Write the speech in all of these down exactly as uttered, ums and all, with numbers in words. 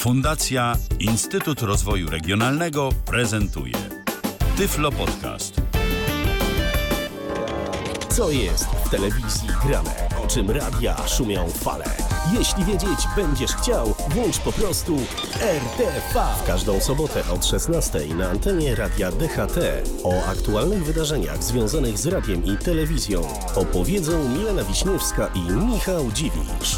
Fundacja Instytut Rozwoju Regionalnego prezentuje Tyflo Podcast. Co jest w telewizji grane? O czym radia szumią fale? Jeśli wiedzieć będziesz chciał, włącz po prostu R T V. W każdą sobotę od szesnastej na antenie Radia D H T o aktualnych wydarzeniach związanych z radiem i telewizją opowiedzą Milena Wiśniewska i Michał Dziwisz.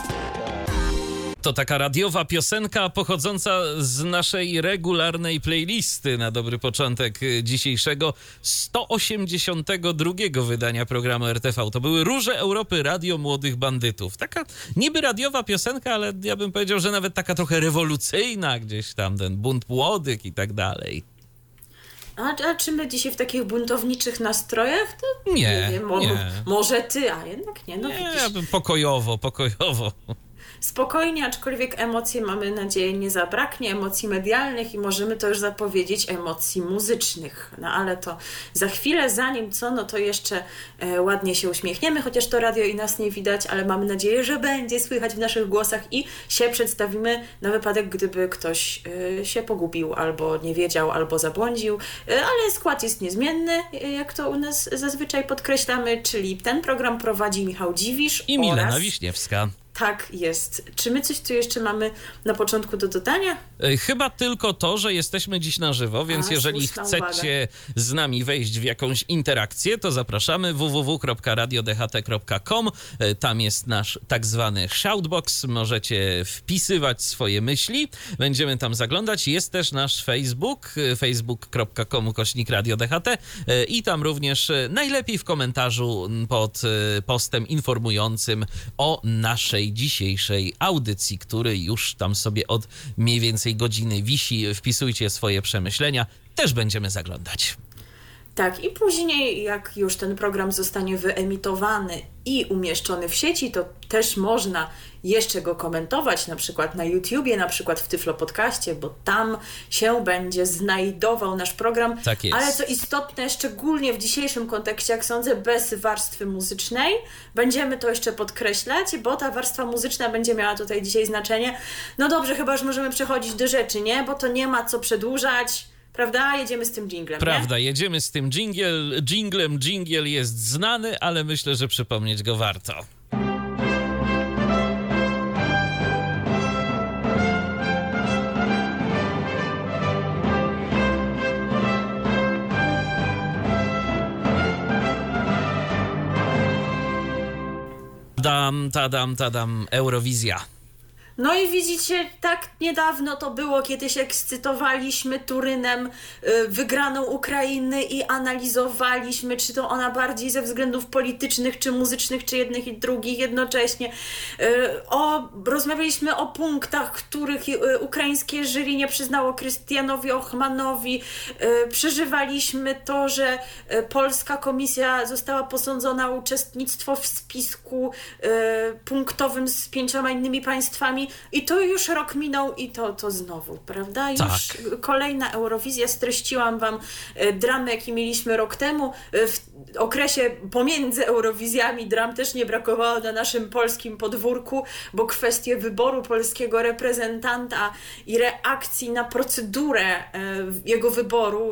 To taka radiowa piosenka pochodząca z naszej regularnej playlisty na dobry początek dzisiejszego sto osiemdziesiątego drugiego wydania programu R T V. To były Róże Europy, Radio Młodych Bandytów. Taka niby radiowa piosenka, ale ja bym powiedział, że nawet taka trochę rewolucyjna, gdzieś tam ten bunt młodych i tak dalej. A, a czy my dzisiaj w takich buntowniczych nastrojach? To nie, nie wiem, mo- nie. Może ty, a jednak nie. No nie, widzisz. ja bym pokojowo, pokojowo. Spokojnie, aczkolwiek emocje, mamy nadzieję, nie zabraknie, emocji medialnych i możemy to już zapowiedzieć, emocji muzycznych. No ale to za chwilę, zanim co, no to jeszcze e, ładnie się uśmiechniemy, chociaż to radio i nas nie widać, ale mamy nadzieję, że będzie słychać w naszych głosach i się przedstawimy na wypadek, gdyby ktoś e, się pogubił, albo nie wiedział, albo zabłądził, e, ale skład jest niezmienny, e, jak to u nas zazwyczaj podkreślamy, czyli ten program prowadzi Michał Dziwisz i Milena oraz... Wiśniewska. Tak jest. Czy my coś tu jeszcze mamy na początku do dodania? Chyba tylko to, że jesteśmy dziś na żywo, więc A, jeżeli chcecie uwaga. z nami wejść w jakąś interakcję, to zapraszamy w w w kropka radio d h t kropka com. Tam jest nasz tak zwany shoutbox. Możecie wpisywać swoje myśli. Będziemy tam zaglądać. Jest też nasz Facebook, facebook kropka com ukośnik radio d h t i tam również najlepiej w komentarzu pod postem informującym o naszej dzisiejszej audycji, który już tam sobie od mniej więcej godziny wisi. Wpisujcie swoje przemyślenia, też będziemy zaglądać. Tak, i później, jak już ten program zostanie wyemitowany i umieszczony w sieci, to też można jeszcze go komentować, na przykład na YouTubie, na przykład w Tyflo Podcaście, bo tam się będzie znajdował nasz program. Tak jest. Ale co istotne, szczególnie w dzisiejszym kontekście, jak sądzę, bez warstwy muzycznej, będziemy to jeszcze podkreślać, bo ta warstwa muzyczna będzie miała tutaj dzisiaj znaczenie. No dobrze, chyba już możemy przechodzić do rzeczy, nie? Bo to nie ma co przedłużać. Prawda? Jedziemy z tym dżinglem, Prawda, nie? jedziemy z tym dżingiel, dżinglem. Dżingiel jest znany, ale myślę, że przypomnieć go warto. Dam, tadam, tadam, Eurowizja. No i widzicie, tak niedawno to było, kiedy się ekscytowaliśmy Turynem, y, wygraną Ukrainy i analizowaliśmy, czy to ona bardziej ze względów politycznych, czy muzycznych, czy jednych i drugich jednocześnie. Y, o, rozmawialiśmy o punktach, których y, ukraińskie jury nie przyznało Krystianowi Ochmanowi. Y, przeżywaliśmy to, że y, polska komisja została posądzona o uczestnictwo w spisku y, punktowym z pięcioma innymi państwami. I to już rok minął i to, to znowu, prawda? Już tak. Kolejna Eurowizja. Streściłam wam dramy, jakie mieliśmy rok temu. W okresie pomiędzy Eurowizjami dram też nie brakowało na naszym polskim podwórku, bo kwestie wyboru polskiego reprezentanta i reakcji na procedurę jego wyboru,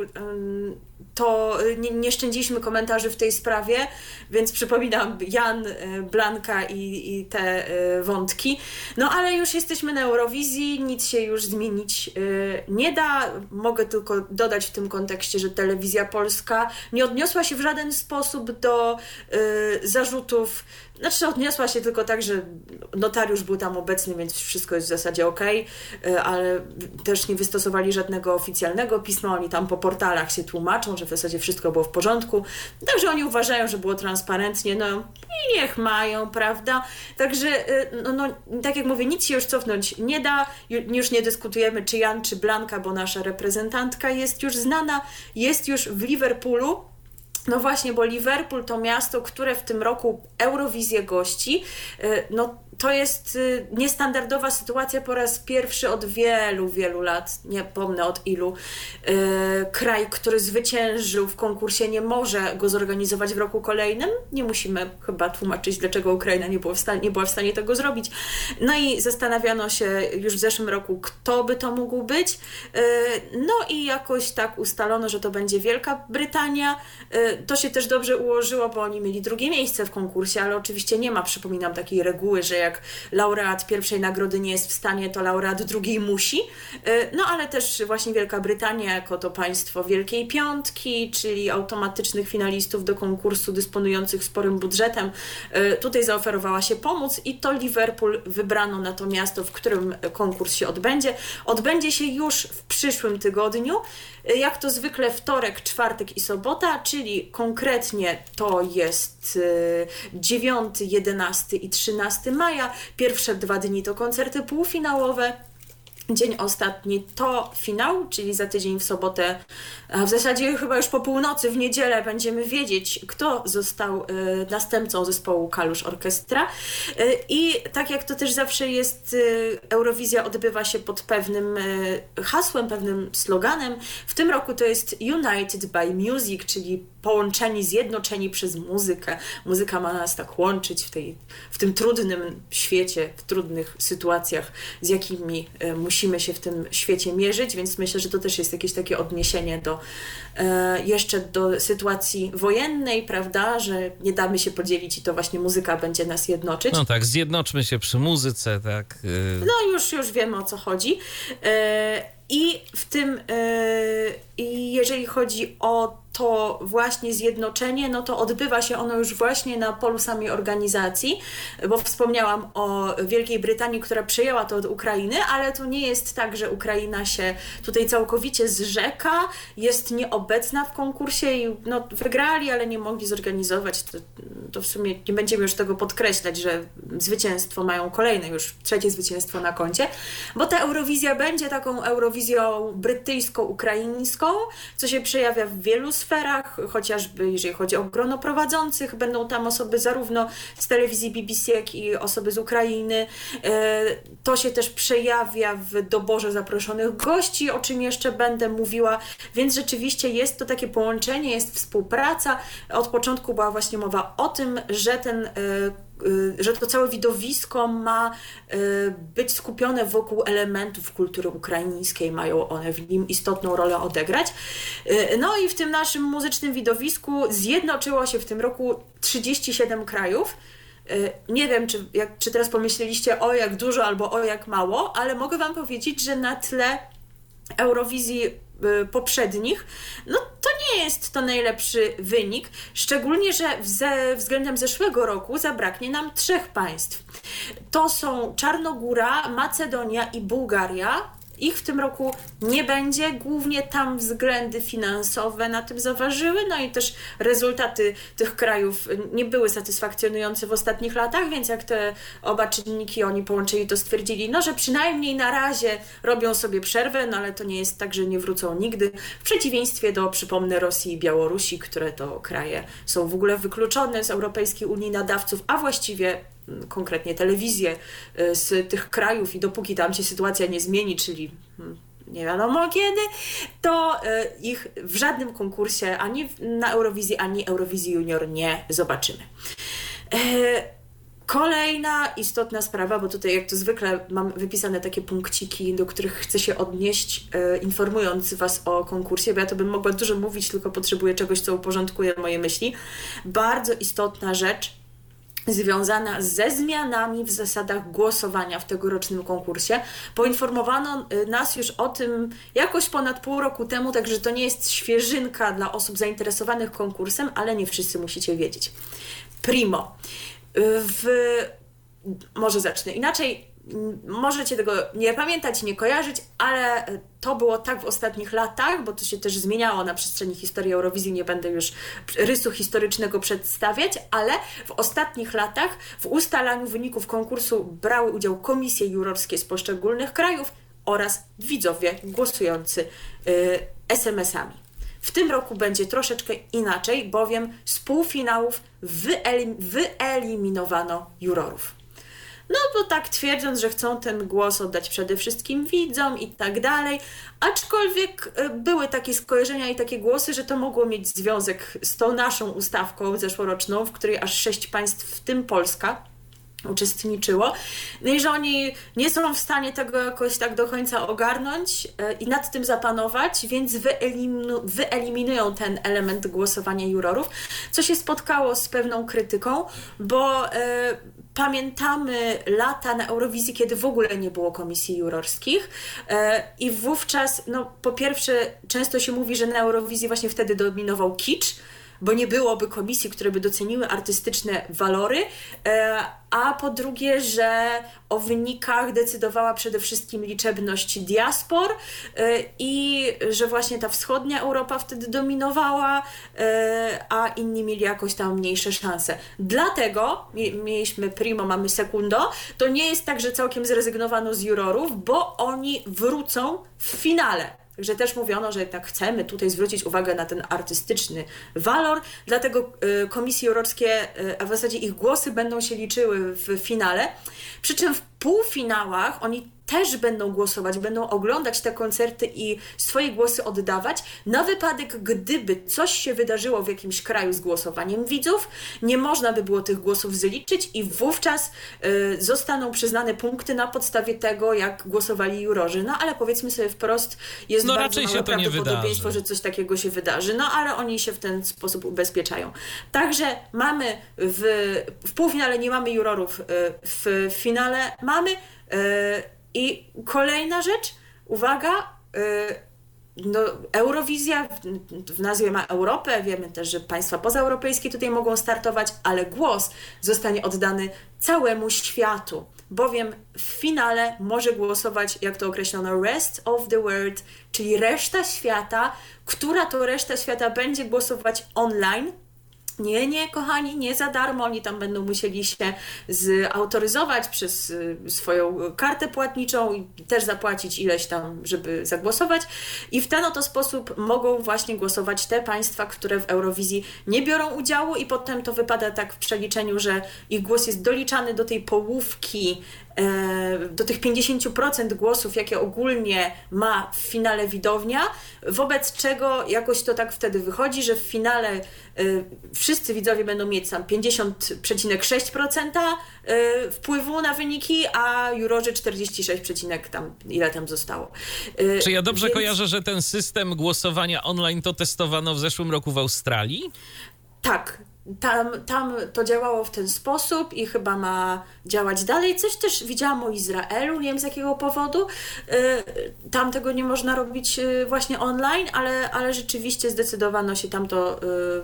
to nie, nie szczędziliśmy komentarzy w tej sprawie, więc przypominam Jan, Blanka i, i te wątki. No ale już jesteśmy na Eurowizji, nic się już zmienić nie da. Mogę tylko dodać w tym kontekście, że Telewizja Polska nie odniosła się w żaden sposób do zarzutów. Znaczy odniosła się tylko tak, że notariusz był tam obecny, więc wszystko jest w zasadzie okej, okay, ale też nie wystosowali żadnego oficjalnego pisma, oni tam po portalach się tłumaczą, że w zasadzie wszystko było w porządku, także oni uważają, że było transparentnie, no i niech mają, prawda? Także, no, no tak jak mówię, nic się już cofnąć nie da, już nie dyskutujemy, czy Jan, czy Blanka, bo nasza reprezentantka jest już znana, jest już w Liverpoolu. No właśnie, bo Liverpool to miasto, które w tym roku Eurowizję gości. No to jest niestandardowa sytuacja po raz pierwszy od wielu, wielu lat, nie pomnę od ilu. Kraj, który zwyciężył w konkursie, nie może go zorganizować w roku kolejnym. Nie musimy chyba tłumaczyć, dlaczego Ukraina nie była w stanie, nie była w stanie tego zrobić. No i zastanawiano się już w zeszłym roku, kto by to mógł być. No i jakoś tak ustalono, że to będzie Wielka Brytania. To się też dobrze ułożyło, bo oni mieli drugie miejsce w konkursie, ale oczywiście nie ma, przypominam, takiej reguły, że jak laureat pierwszej nagrody nie jest w stanie, to laureat drugiej musi. No ale też właśnie Wielka Brytania jako to państwo Wielkiej Piątki, czyli automatycznych finalistów do konkursu dysponujących sporym budżetem, tutaj zaoferowała się pomóc i to Liverpool wybrano na to miasto, w którym konkurs się odbędzie. Odbędzie się już w przyszłym tygodniu, jak to zwykle wtorek, czwartek i sobota, czyli konkretnie to jest dziewiątego, jedenastego i trzynastego maja. Pierwsze dwa dni to koncerty półfinałowe. Dzień ostatni to finał, czyli za tydzień w sobotę, a w zasadzie chyba już po północy, w niedzielę będziemy wiedzieć, kto został y, następcą zespołu Kalusz Orkiestra. Y, I tak jak to też zawsze jest, y, Eurowizja odbywa się pod pewnym y, hasłem, pewnym sloganem. W tym roku to jest United by Music, czyli połączeni, zjednoczeni przez muzykę. Muzyka ma nas tak łączyć w, tej, w tym trudnym świecie, w trudnych sytuacjach, z jakimi y, musimy musimy się w tym świecie mierzyć, więc myślę, że to też jest jakieś takie odniesienie do e, jeszcze do sytuacji wojennej, prawda, że nie damy się podzielić i to właśnie muzyka będzie nas jednoczyć. No tak, zjednoczmy się przy muzyce, tak. Y... No już, już wiemy, o co chodzi. E, I w tym, e, jeżeli chodzi o to właśnie zjednoczenie, no to odbywa się ono już właśnie na polu samej organizacji, bo wspomniałam o Wielkiej Brytanii, która przejęła to od Ukrainy, ale to nie jest tak, że Ukraina się tutaj całkowicie zrzeka, jest nieobecna w konkursie i no, wygrali, ale nie mogli zorganizować. To, to w sumie nie będziemy już tego podkreślać, że zwycięstwo mają kolejne, już trzecie zwycięstwo na koncie, bo ta Eurowizja będzie taką Eurowizją brytyjsko-ukraińską, co się przejawia w wielu sferach, chociażby jeżeli chodzi o grono prowadzących, będą tam osoby zarówno z telewizji B B C, jak i osoby z Ukrainy. To się też przejawia w doborze zaproszonych gości, o czym jeszcze będę mówiła, więc rzeczywiście jest to takie połączenie, jest współpraca. Od początku była właśnie mowa o tym, że ten że to całe widowisko ma być skupione wokół elementów kultury ukraińskiej, mają one w nim istotną rolę odegrać. No i w tym naszym muzycznym widowisku zjednoczyło się w tym roku trzydzieści siedem krajów. Nie wiem, czy, jak, czy teraz pomyśleliście o jak dużo albo o jak mało, ale mogę Wam powiedzieć, że na tle Eurowizji poprzednich, no to nie jest to najlepszy wynik, szczególnie, że ze względem zeszłego roku zabraknie nam trzech państw. To są Czarnogóra, Macedonia i Bułgaria. Ich w tym roku nie będzie, głównie tam względy finansowe na tym zaważyły, no i też rezultaty tych krajów nie były satysfakcjonujące w ostatnich latach, więc jak te oba czynniki oni połączyli, to stwierdzili, no że przynajmniej na razie robią sobie przerwę, no ale to nie jest tak, że nie wrócą nigdy, w przeciwieństwie do, przypomnę, Rosji i Białorusi, które to kraje są w ogóle wykluczone z Europejskiej Unii nadawców, a właściwie konkretnie telewizje z tych krajów i dopóki tam się sytuacja nie zmieni, czyli nie wiadomo kiedy, to ich w żadnym konkursie ani na Eurowizji, ani Eurowizji Junior nie zobaczymy. Kolejna istotna sprawa, bo tutaj jak to zwykle mam wypisane takie punkciki, do których chcę się odnieść, informując Was o konkursie, bo ja to bym mogła dużo mówić, tylko potrzebuję czegoś, co uporządkuje moje myśli. Bardzo istotna rzecz związana ze zmianami w zasadach głosowania w tegorocznym konkursie. Poinformowano nas już o tym jakoś ponad pół roku temu, także to nie jest świeżynka dla osób zainteresowanych konkursem, ale nie wszyscy musicie wiedzieć. Primo. W... Może zacznę inaczej. Możecie tego nie pamiętać, nie kojarzyć, ale to było tak w ostatnich latach, bo to się też zmieniało na przestrzeni historii Eurowizji, nie będę już rysu historycznego przedstawiać, ale w ostatnich latach w ustalaniu wyników konkursu brały udział komisje jurorskie z poszczególnych krajów oraz widzowie głosujący y, es em esami. W tym roku będzie troszeczkę inaczej, bowiem z półfinałów wyelim- wyeliminowano jurorów. no bo tak twierdząc, że chcą ten głos oddać przede wszystkim widzom i tak dalej, aczkolwiek były takie skojarzenia i takie głosy, że to mogło mieć związek z tą naszą ustawką zeszłoroczną, w której aż sześć państw, w tym Polska, uczestniczyło. No i że oni nie są w stanie tego jakoś tak do końca ogarnąć i nad tym zapanować, więc wyeliminu- wyeliminują ten element głosowania jurorów, co się spotkało z pewną krytyką, bo e, pamiętamy lata na Eurowizji, kiedy w ogóle nie było komisji jurorskich e, i wówczas, no po pierwsze, często się mówi, że na Eurowizji właśnie wtedy dominował kicz, bo nie byłoby komisji, które by doceniły artystyczne walory, a po drugie, że o wynikach decydowała przede wszystkim liczebność diaspor i że właśnie ta wschodnia Europa wtedy dominowała, a inni mieli jakoś tam mniejsze szanse. Dlatego mieliśmy primo, mamy secundo. To nie jest tak, że całkiem zrezygnowano z jurorów, bo oni wrócą w finale. Także też mówiono, że jednak chcemy tutaj zwrócić uwagę na ten artystyczny walor, dlatego y, komisje jurorskie, y, a w zasadzie ich głosy będą się liczyły w finale, przy czym w półfinałach oni też będą głosować, będą oglądać te koncerty i swoje głosy oddawać, na wypadek, gdyby coś się wydarzyło w jakimś kraju z głosowaniem widzów, nie można by było tych głosów zliczyć i wówczas y, zostaną przyznane punkty na podstawie tego, jak głosowali jurorzy. No ale powiedzmy sobie wprost, jest no, bardzo małe prawdopodobieństwo, wydarzy. że coś takiego się wydarzy, no ale oni się w ten sposób ubezpieczają. Także mamy w, w półfinale nie mamy jurorów, y, w finale mamy y, i kolejna rzecz, uwaga, no, Eurowizja w nazwie ma Europę, wiemy też, że państwa pozaeuropejskie tutaj mogą startować, ale głos zostanie oddany całemu światu, bowiem w finale może głosować, jak to określono, rest of the world, czyli reszta świata, która to reszta świata będzie głosować online. Nie, nie, kochani, nie za darmo, oni tam będą musieli się zautoryzować przez swoją kartę płatniczą i też zapłacić ileś tam, żeby zagłosować i w ten oto sposób mogą właśnie głosować te państwa, które w Eurowizji nie biorą udziału i potem to wypada tak w przeliczeniu, że ich głos jest doliczany do tej połówki, do tych pięćdziesiąt procent głosów, jakie ogólnie ma w finale widownia, wobec czego jakoś to tak wtedy wychodzi, że w finale wszyscy widzowie będą mieć tam pięćdziesiąt przecinek sześć procent wpływu na wyniki, a jurorzy czterdzieści sześć przecinek tam ile tam zostało. Czy ja dobrze Więc... kojarzę, że ten system głosowania online to testowano w zeszłym roku w Australii? Tak. Tam, tam to działało w ten sposób i chyba ma działać dalej. Coś też widziałam o Izraelu, nie wiem z jakiego powodu. Tam tego nie można robić właśnie online, ale, ale rzeczywiście zdecydowano się tam to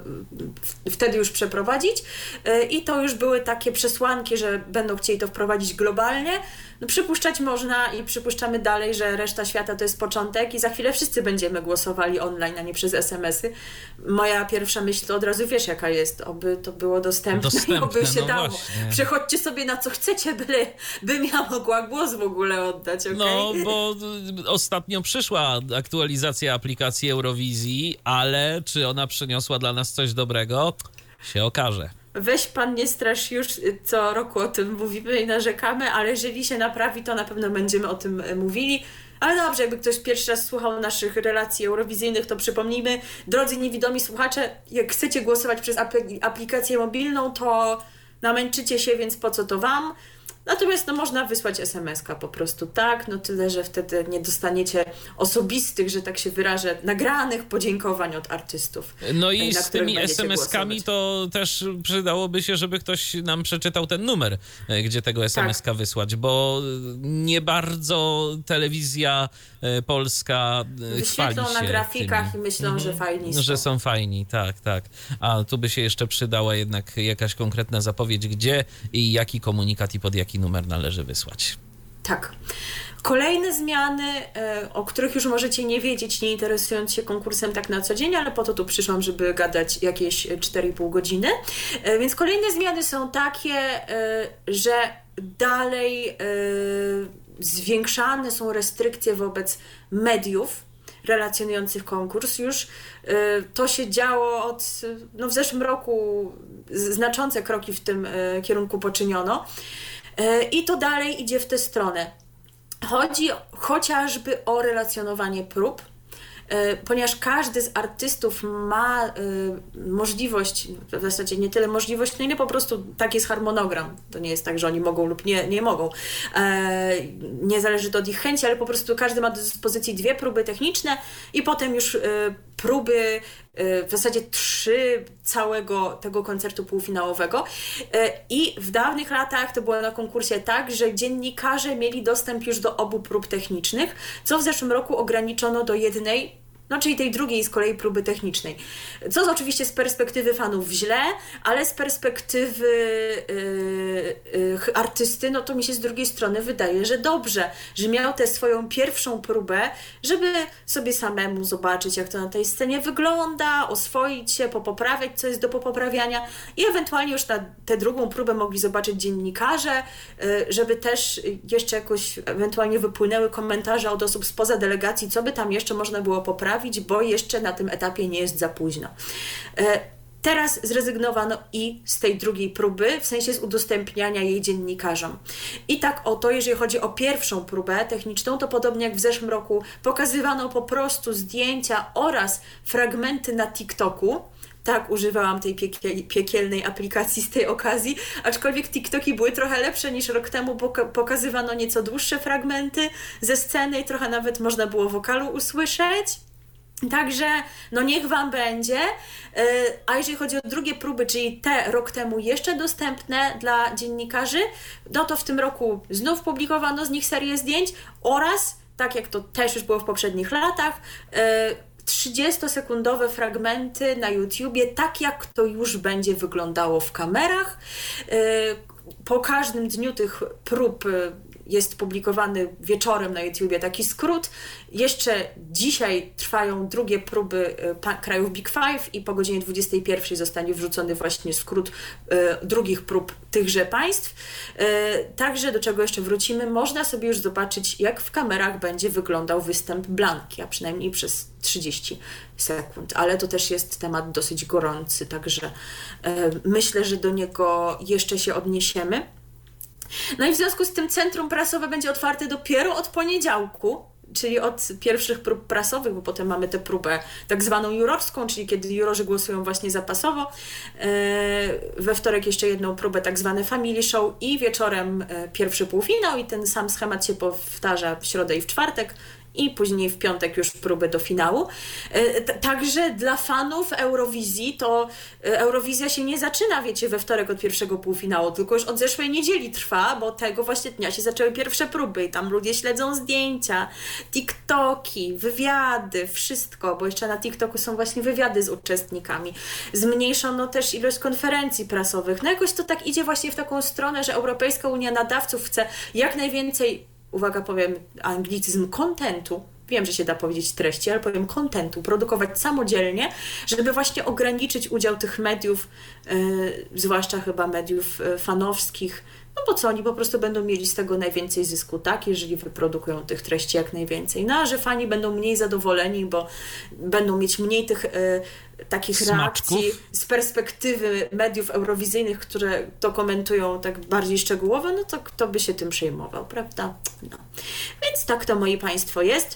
wtedy już przeprowadzić i to już były takie przesłanki, że będą chcieli to wprowadzić globalnie. No, przypuszczać można i przypuszczamy dalej, że reszta świata to jest początek i za chwilę wszyscy będziemy głosowali online, a nie przez es em esy. Moja pierwsza myśl to od razu wiesz jaka jest, oby to było dostępne, dostępne i oby się no dało. Właśnie. Przechodźcie sobie na co chcecie, byle, bym ja mogła głos w ogóle oddać, okej? No, bo ostatnio przyszła aktualizacja aplikacji Eurowizji, ale czy ona przyniosła dla nas coś dobrego? Się okaże. Weź pan nie strasz, już co roku o tym mówimy i narzekamy, ale jeżeli się naprawi, to na pewno będziemy o tym mówili. Ale dobrze, jakby ktoś pierwszy raz słuchał naszych relacji eurowizyjnych, to przypomnijmy, drodzy niewidomi słuchacze, jak chcecie głosować przez aplikację mobilną, to namęczycie się, więc po co to wam? Natomiast no, można wysłać es em eska po prostu, tak? No tyle, że wtedy nie dostaniecie osobistych, że tak się wyrażę, nagranych podziękowań od artystów. No i z tymi es em eskami głosować. To też przydałoby się, żeby ktoś nam przeczytał ten numer, gdzie tego es em eska tak. wysłać, bo nie bardzo telewizja polska chwali się na grafikach tymi. I myślą, mhm. że fajni są. Że są fajni, tak, tak. A tu by się jeszcze przydała jednak jakaś konkretna zapowiedź, gdzie i jaki komunikat i pod jaki numer należy wysłać. Tak. Kolejne zmiany, o których już możecie nie wiedzieć, nie interesując się konkursem tak na co dzień, ale po to tu przyszłam, żeby gadać jakieś cztery i pół godziny. Więc kolejne zmiany są takie, że dalej zwiększane są restrykcje wobec mediów relacjonujących konkurs. Już to się działo od, no w zeszłym roku znaczące kroki w tym kierunku poczyniono. I to dalej idzie w tę stronę. Chodzi chociażby o relacjonowanie prób, ponieważ każdy z artystów ma y, możliwość, w zasadzie nie tyle możliwość, no ile po prostu taki jest harmonogram. To nie jest tak, że oni mogą lub nie, nie mogą. E, nie zależy to od ich chęci, ale po prostu każdy ma do dyspozycji dwie próby techniczne i potem już y, próby, y, w zasadzie trzy całego tego koncertu półfinałowego. Y, I w dawnych latach to było na konkursie tak, że dziennikarze mieli dostęp już do obu prób technicznych, co w zeszłym roku ograniczono do jednej, no czyli tej drugiej z kolei próby technicznej. Co oczywiście z perspektywy fanów źle, ale z perspektywy yy, yy, artysty, no to mi się z drugiej strony wydaje, że dobrze, że miał tę swoją pierwszą próbę, żeby sobie samemu zobaczyć, jak to na tej scenie wygląda, oswoić się, popoprawiać, co jest do popoprawiania i ewentualnie już na tę drugą próbę mogli zobaczyć dziennikarze, yy, żeby też jeszcze jakoś ewentualnie wypłynęły komentarze od osób spoza delegacji, co by tam jeszcze można było poprawić, bo jeszcze na tym etapie nie jest za późno. Teraz zrezygnowano i z tej drugiej próby, w sensie z udostępniania jej dziennikarzom. I tak oto, jeżeli chodzi o pierwszą próbę techniczną, to podobnie jak w zeszłym roku pokazywano po prostu zdjęcia oraz fragmenty na TikToku. Tak, używałam tej piekiel, piekielnej aplikacji z tej okazji, aczkolwiek TikToki były trochę lepsze niż rok temu, bo pokazywano nieco dłuższe fragmenty ze sceny i trochę nawet można było wokalu usłyszeć. Także no niech Wam będzie, a jeżeli chodzi o drugie próby, czyli te rok temu jeszcze dostępne dla dziennikarzy, no to w tym roku znów publikowano z nich serię zdjęć oraz, tak jak to też już było w poprzednich latach, trzydziestosekundowe fragmenty na YouTubie, tak jak to już będzie wyglądało w kamerach. Po każdym dniu tych prób jest publikowany wieczorem na YouTubie taki skrót. Jeszcze dzisiaj trwają drugie próby krajów Big Five i po godzinie dwudziestej pierwszej zostanie wrzucony właśnie skrót y, drugich prób tychże państw. Y, także do czego jeszcze wrócimy, można sobie już zobaczyć, jak w kamerach będzie wyglądał występ Blanki, a przynajmniej przez trzydzieści sekund, ale to też jest temat dosyć gorący, także y, myślę, że do niego jeszcze się odniesiemy. No i w związku z tym centrum prasowe będzie otwarte dopiero od poniedziałku, czyli od pierwszych prób prasowych, bo potem mamy tę próbę tak zwaną jurorską, czyli kiedy jurorzy głosują właśnie zapasowo. We wtorek jeszcze jedną próbę tak zwane family show i wieczorem pierwszy półfinał i ten sam schemat się powtarza w środę i w czwartek. I później w piątek już próby do finału. Także dla fanów Eurowizji to Eurowizja się nie zaczyna, wiecie, we wtorek od pierwszego półfinału, tylko już od zeszłej niedzieli trwa, bo tego właśnie dnia się zaczęły pierwsze próby i tam ludzie śledzą zdjęcia, TikToki, wywiady, wszystko, bo jeszcze na TikToku są właśnie wywiady z uczestnikami. Zmniejszono też ilość konferencji prasowych. No jakoś to tak idzie właśnie w taką stronę, że Europejska Unia Nadawców chce jak najwięcej, uwaga, powiem anglicyzm, kontentu, wiem, że się da powiedzieć treści, ale powiem kontentu, produkować samodzielnie, żeby właśnie ograniczyć udział tych mediów, yy, zwłaszcza chyba mediów yy, fanowskich, no bo co, oni po prostu będą mieli z tego najwięcej zysku, tak, jeżeli wyprodukują tych treści jak najwięcej. No a że fani będą mniej zadowoleni, bo będą mieć mniej tych yy, takich smaczków reakcji z perspektywy mediów eurowizyjnych, które to komentują tak bardziej szczegółowo, no to kto by się tym przejmował, prawda? No. Więc tak to, moi Państwo, jest.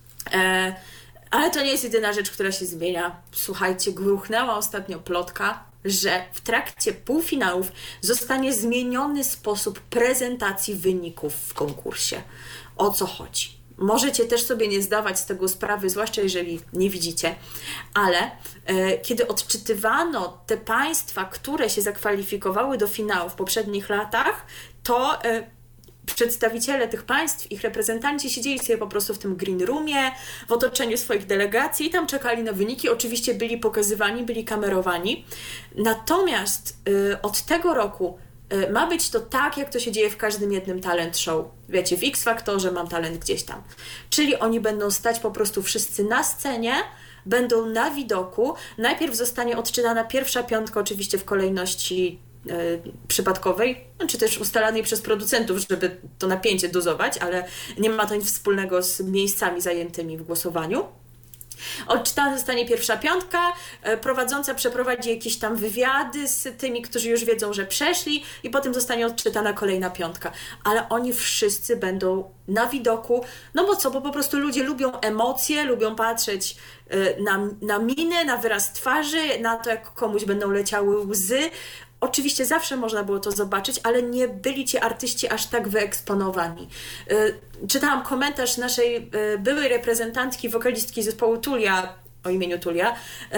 E, ale to nie jest jedyna rzecz, która się zmienia. Słuchajcie, gruchnęła ostatnio plotka, że w trakcie półfinałów zostanie zmieniony sposób prezentacji wyników w konkursie. O co chodzi? Możecie też sobie nie zdawać z tego sprawy, zwłaszcza jeżeli nie widzicie, ale e, kiedy odczytywano te państwa, które się zakwalifikowały do finału w poprzednich latach, to e, przedstawiciele tych państw, ich reprezentanci siedzieli sobie po prostu w tym green roomie, w otoczeniu swoich delegacji i tam czekali na wyniki. Oczywiście byli pokazywani, byli kamerowani. Natomiast y, od tego roku y, ma być to tak, jak to się dzieje w każdym jednym talent show. Wiecie, w X Faktorze Mam Talent gdzieś tam. Czyli oni będą stać po prostu wszyscy na scenie, będą na widoku. Najpierw zostanie odczytana pierwsza piątka, oczywiście w kolejności przypadkowej, czy też ustalanej przez producentów, żeby to napięcie dozować, ale nie ma to nic wspólnego z miejscami zajętymi w głosowaniu. Odczytana zostanie pierwsza piątka, prowadząca przeprowadzi jakieś tam wywiady z tymi, którzy już wiedzą, że przeszli i potem zostanie odczytana kolejna piątka. Ale oni wszyscy będą na widoku, no bo co, bo po prostu ludzie lubią emocje, lubią patrzeć na, na miny, na wyraz twarzy, na to, jak komuś będą leciały łzy. Oczywiście zawsze można było to zobaczyć, ale nie byli ci artyści aż tak wyeksponowani. Czytałam komentarz naszej byłej reprezentantki, wokalistki zespołu Tulia, o imieniu Tulia,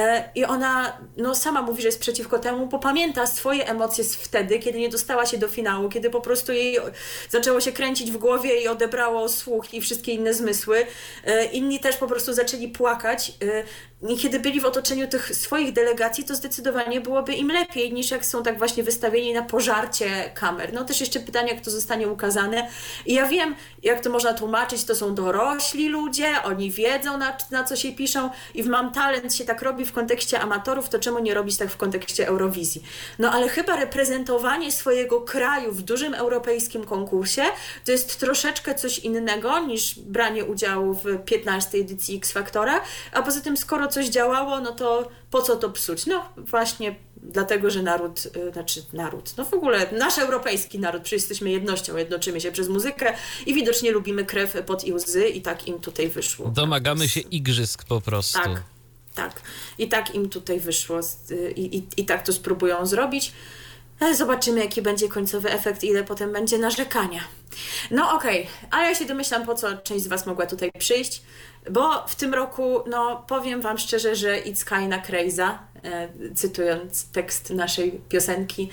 i ona no, sama mówi, że jest przeciwko temu, bo pamięta swoje emocje z wtedy, kiedy nie dostała się do finału, kiedy po prostu jej zaczęło się kręcić w głowie i odebrało słuch i wszystkie inne zmysły. Inni też po prostu zaczęli płakać. I kiedy byli w otoczeniu tych swoich delegacji, to zdecydowanie byłoby im lepiej, niż jak są tak właśnie wystawieni na pożarcie kamer. No też jeszcze pytanie, jak to zostanie ukazane. I ja wiem, jak to można tłumaczyć, to są dorośli ludzie, oni wiedzą, na, na co się piszą i w Mam Talent się tak robi w kontekście amatorów, to czemu nie robić tak w kontekście Eurowizji? No ale chyba reprezentowanie swojego kraju w dużym europejskim konkursie to jest troszeczkę coś innego niż branie udziału w piętnastej edycji X Factora, a poza tym skoro coś działało, no to po co to psuć? No właśnie dlatego, że naród, yy, znaczy naród, no w ogóle nasz europejski naród, przecież jesteśmy jednością, jednoczymy się przez muzykę i widocznie lubimy krew, pot i łzy i tak im tutaj wyszło. Domagamy się igrzysk po prostu. Tak, tak. I tak im tutaj wyszło i, i, i tak to spróbują zrobić. Zobaczymy, jaki będzie końcowy efekt, ile potem będzie narzekania. No okej, okay. Ale ja się domyślam, po co część z was mogła tutaj przyjść, bo w tym roku, no powiem wam szczerze, że It's kinda crazy, e, cytując tekst naszej piosenki,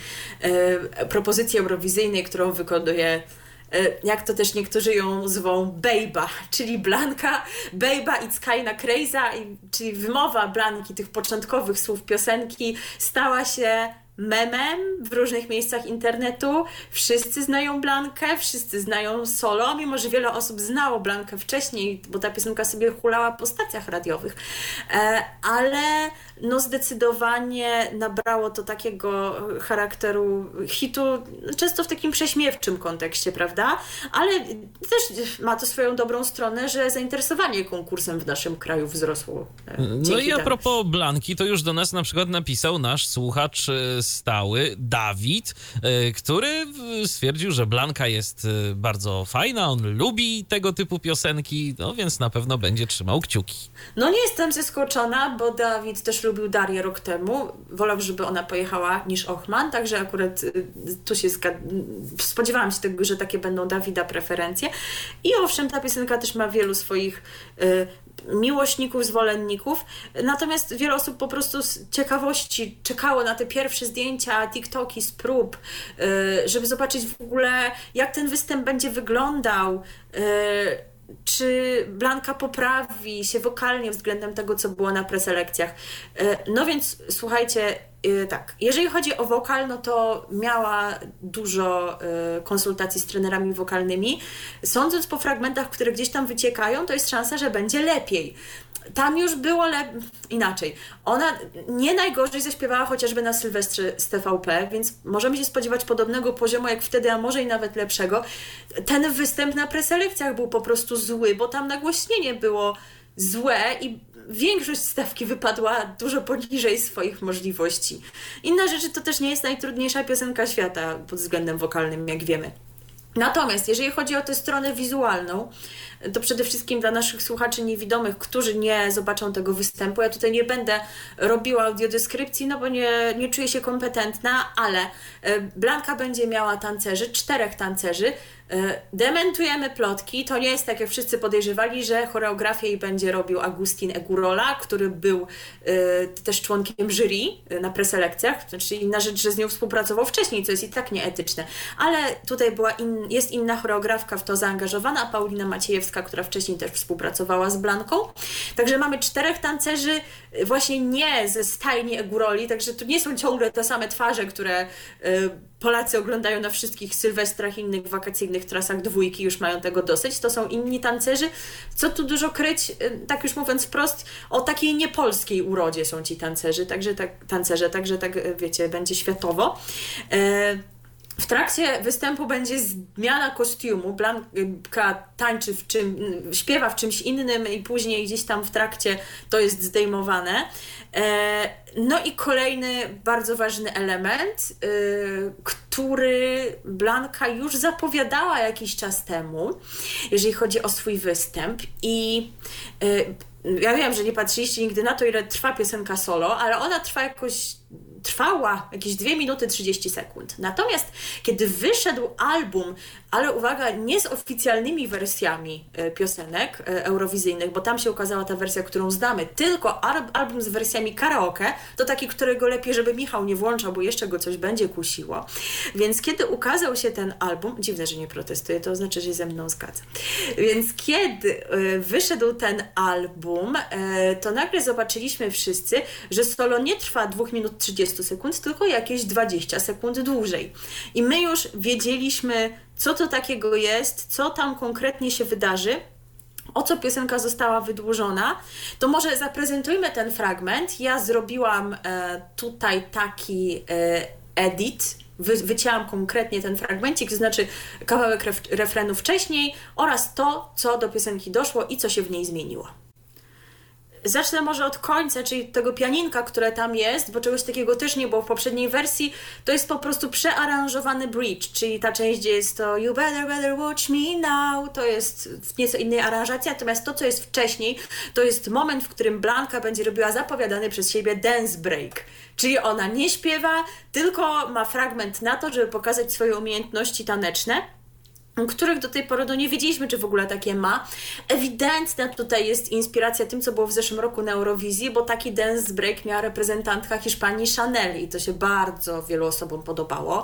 e, propozycji eurowizyjnej, którą wykonuje, e, jak to też niektórzy ją zwą, Bejba, czyli Blanka, Bejba It's kinda crazy, i, czyli wymowa Blanki, tych początkowych słów piosenki, stała się memem w różnych miejscach internetu. Wszyscy znają Blankę, wszyscy znają solo, mimo że wiele osób znało Blankę wcześniej, bo ta piosenka sobie hulała po stacjach radiowych. E, ale no zdecydowanie nabrało to takiego charakteru hitu, często w takim prześmiewczym kontekście, prawda? Ale też ma to swoją dobrą stronę, że zainteresowanie konkursem w naszym kraju wzrosło. E, no i a temu. propos Blanki, to już do nas na przykład napisał nasz słuchacz stały, Dawid, który stwierdził, że Blanka jest bardzo fajna, on lubi tego typu piosenki, no więc na pewno będzie trzymał kciuki. No nie jestem zaskoczona, bo Dawid też lubił Darię rok temu, wolał, żeby ona pojechała niż Ochman, także akurat tu się zgad... spodziewałam się tego, że takie będą Dawida preferencje i owszem, ta piosenka też ma wielu swoich y, miłośników, zwolenników, natomiast wiele osób po prostu z ciekawości czekało na te pierwsze zdjęcia, TikToki z prób, żeby zobaczyć w ogóle, jak ten występ będzie wyglądał, czy Blanka poprawi się wokalnie względem tego, co było na preselekcjach. No więc słuchajcie, tak, jeżeli chodzi o wokal, no to miała dużo konsultacji z trenerami wokalnymi. Sądząc po fragmentach, które gdzieś tam wyciekają, to jest szansa, że będzie lepiej. Tam już było le... inaczej. Ona nie najgorzej zaśpiewała chociażby na Sylwestrze z T V P, więc możemy się spodziewać podobnego poziomu jak wtedy, a może i nawet lepszego. Ten występ na preselekcjach był po prostu zły, bo tam nagłośnienie było złe i większość stawki wypadła dużo poniżej swoich możliwości. Inna rzecz, to też nie jest najtrudniejsza piosenka świata pod względem wokalnym, jak wiemy. Natomiast jeżeli chodzi o tę stronę wizualną, to przede wszystkim dla naszych słuchaczy niewidomych, którzy nie zobaczą tego występu, ja tutaj nie będę robiła audiodeskrypcji, no bo nie, nie czuję się kompetentna, ale Blanka będzie miała tancerzy, czterech tancerzy. Dementujemy plotki, to nie jest tak, jak wszyscy podejrzewali, że choreografię jej będzie robił Agustin Egurola, który był y, też członkiem jury na preselekcjach, znaczy inna rzecz, że z nią współpracował wcześniej, co jest i tak nieetyczne, ale tutaj była in, jest inna choreografka w to zaangażowana, Paulina Maciejewska, która wcześniej też współpracowała z Blanką, także mamy czterech tancerzy właśnie nie ze stajni Eguroli, także to nie są ciągle te same twarze, które y, Polacy oglądają na wszystkich sylwestrach, innych wakacyjnych trasach dwójki, już mają tego dosyć. To są inni tancerzy. Co tu dużo kryć, tak już mówiąc wprost, o takiej niepolskiej urodzie są ci tancerzy, także tak, tancerze, także tak wiecie, będzie światowo. E, W trakcie występu będzie zmiana kostiumu. Blanka tańczy w czym, śpiewa w czymś innym i później gdzieś tam w trakcie to jest zdejmowane. No i kolejny bardzo ważny element, który Blanka już zapowiadała jakiś czas temu, jeżeli chodzi o swój występ. I ja wiem, że nie patrzyliście nigdy na to, ile trwa piosenka solo, ale ona trwa jakoś trwała jakieś dwie minuty trzydzieści sekund. Natomiast kiedy wyszedł album, ale uwaga, nie z oficjalnymi wersjami piosenek eurowizyjnych, bo tam się ukazała ta wersja, którą znamy, tylko album z wersjami karaoke, to taki, którego lepiej, żeby Michał nie włączał, bo jeszcze go coś będzie kusiło. Więc kiedy ukazał się ten album, dziwne, że nie protestuje, to znaczy, że się ze mną zgadza. Więc kiedy wyszedł ten album, to nagle zobaczyliśmy wszyscy, że solo nie trwa dwie minuty trzydzieści sekund, tylko jakieś dwadzieścia sekund dłużej. I my już wiedzieliśmy, co to takiego jest, co tam konkretnie się wydarzy, o co piosenka została wydłużona. To może zaprezentujmy ten fragment. Ja zrobiłam e, tutaj taki e, edit, Wy, wycięłam konkretnie ten fragmencik, to znaczy kawałek ref, refrenu wcześniej oraz to, co do piosenki doszło i co się w niej zmieniło. Zacznę może od końca, czyli tego pianinka, które tam jest, bo czegoś takiego też nie było w poprzedniej wersji. To jest po prostu przearanżowany bridge, czyli ta część, gdzie jest to You better, better watch me now, to jest w nieco innej aranżacji, natomiast to, co jest wcześniej, to jest moment, w którym Blanka będzie robiła zapowiadany przez siebie dance break. Czyli ona nie śpiewa, tylko ma fragment na to, żeby pokazać swoje umiejętności taneczne, których do tej pory no nie wiedzieliśmy, czy w ogóle takie ma. Ewidentna tutaj jest inspiracja tym, co było w zeszłym roku na Eurowizji, bo taki dance break miała reprezentantka Hiszpanii Chanel i to się bardzo wielu osobom podobało.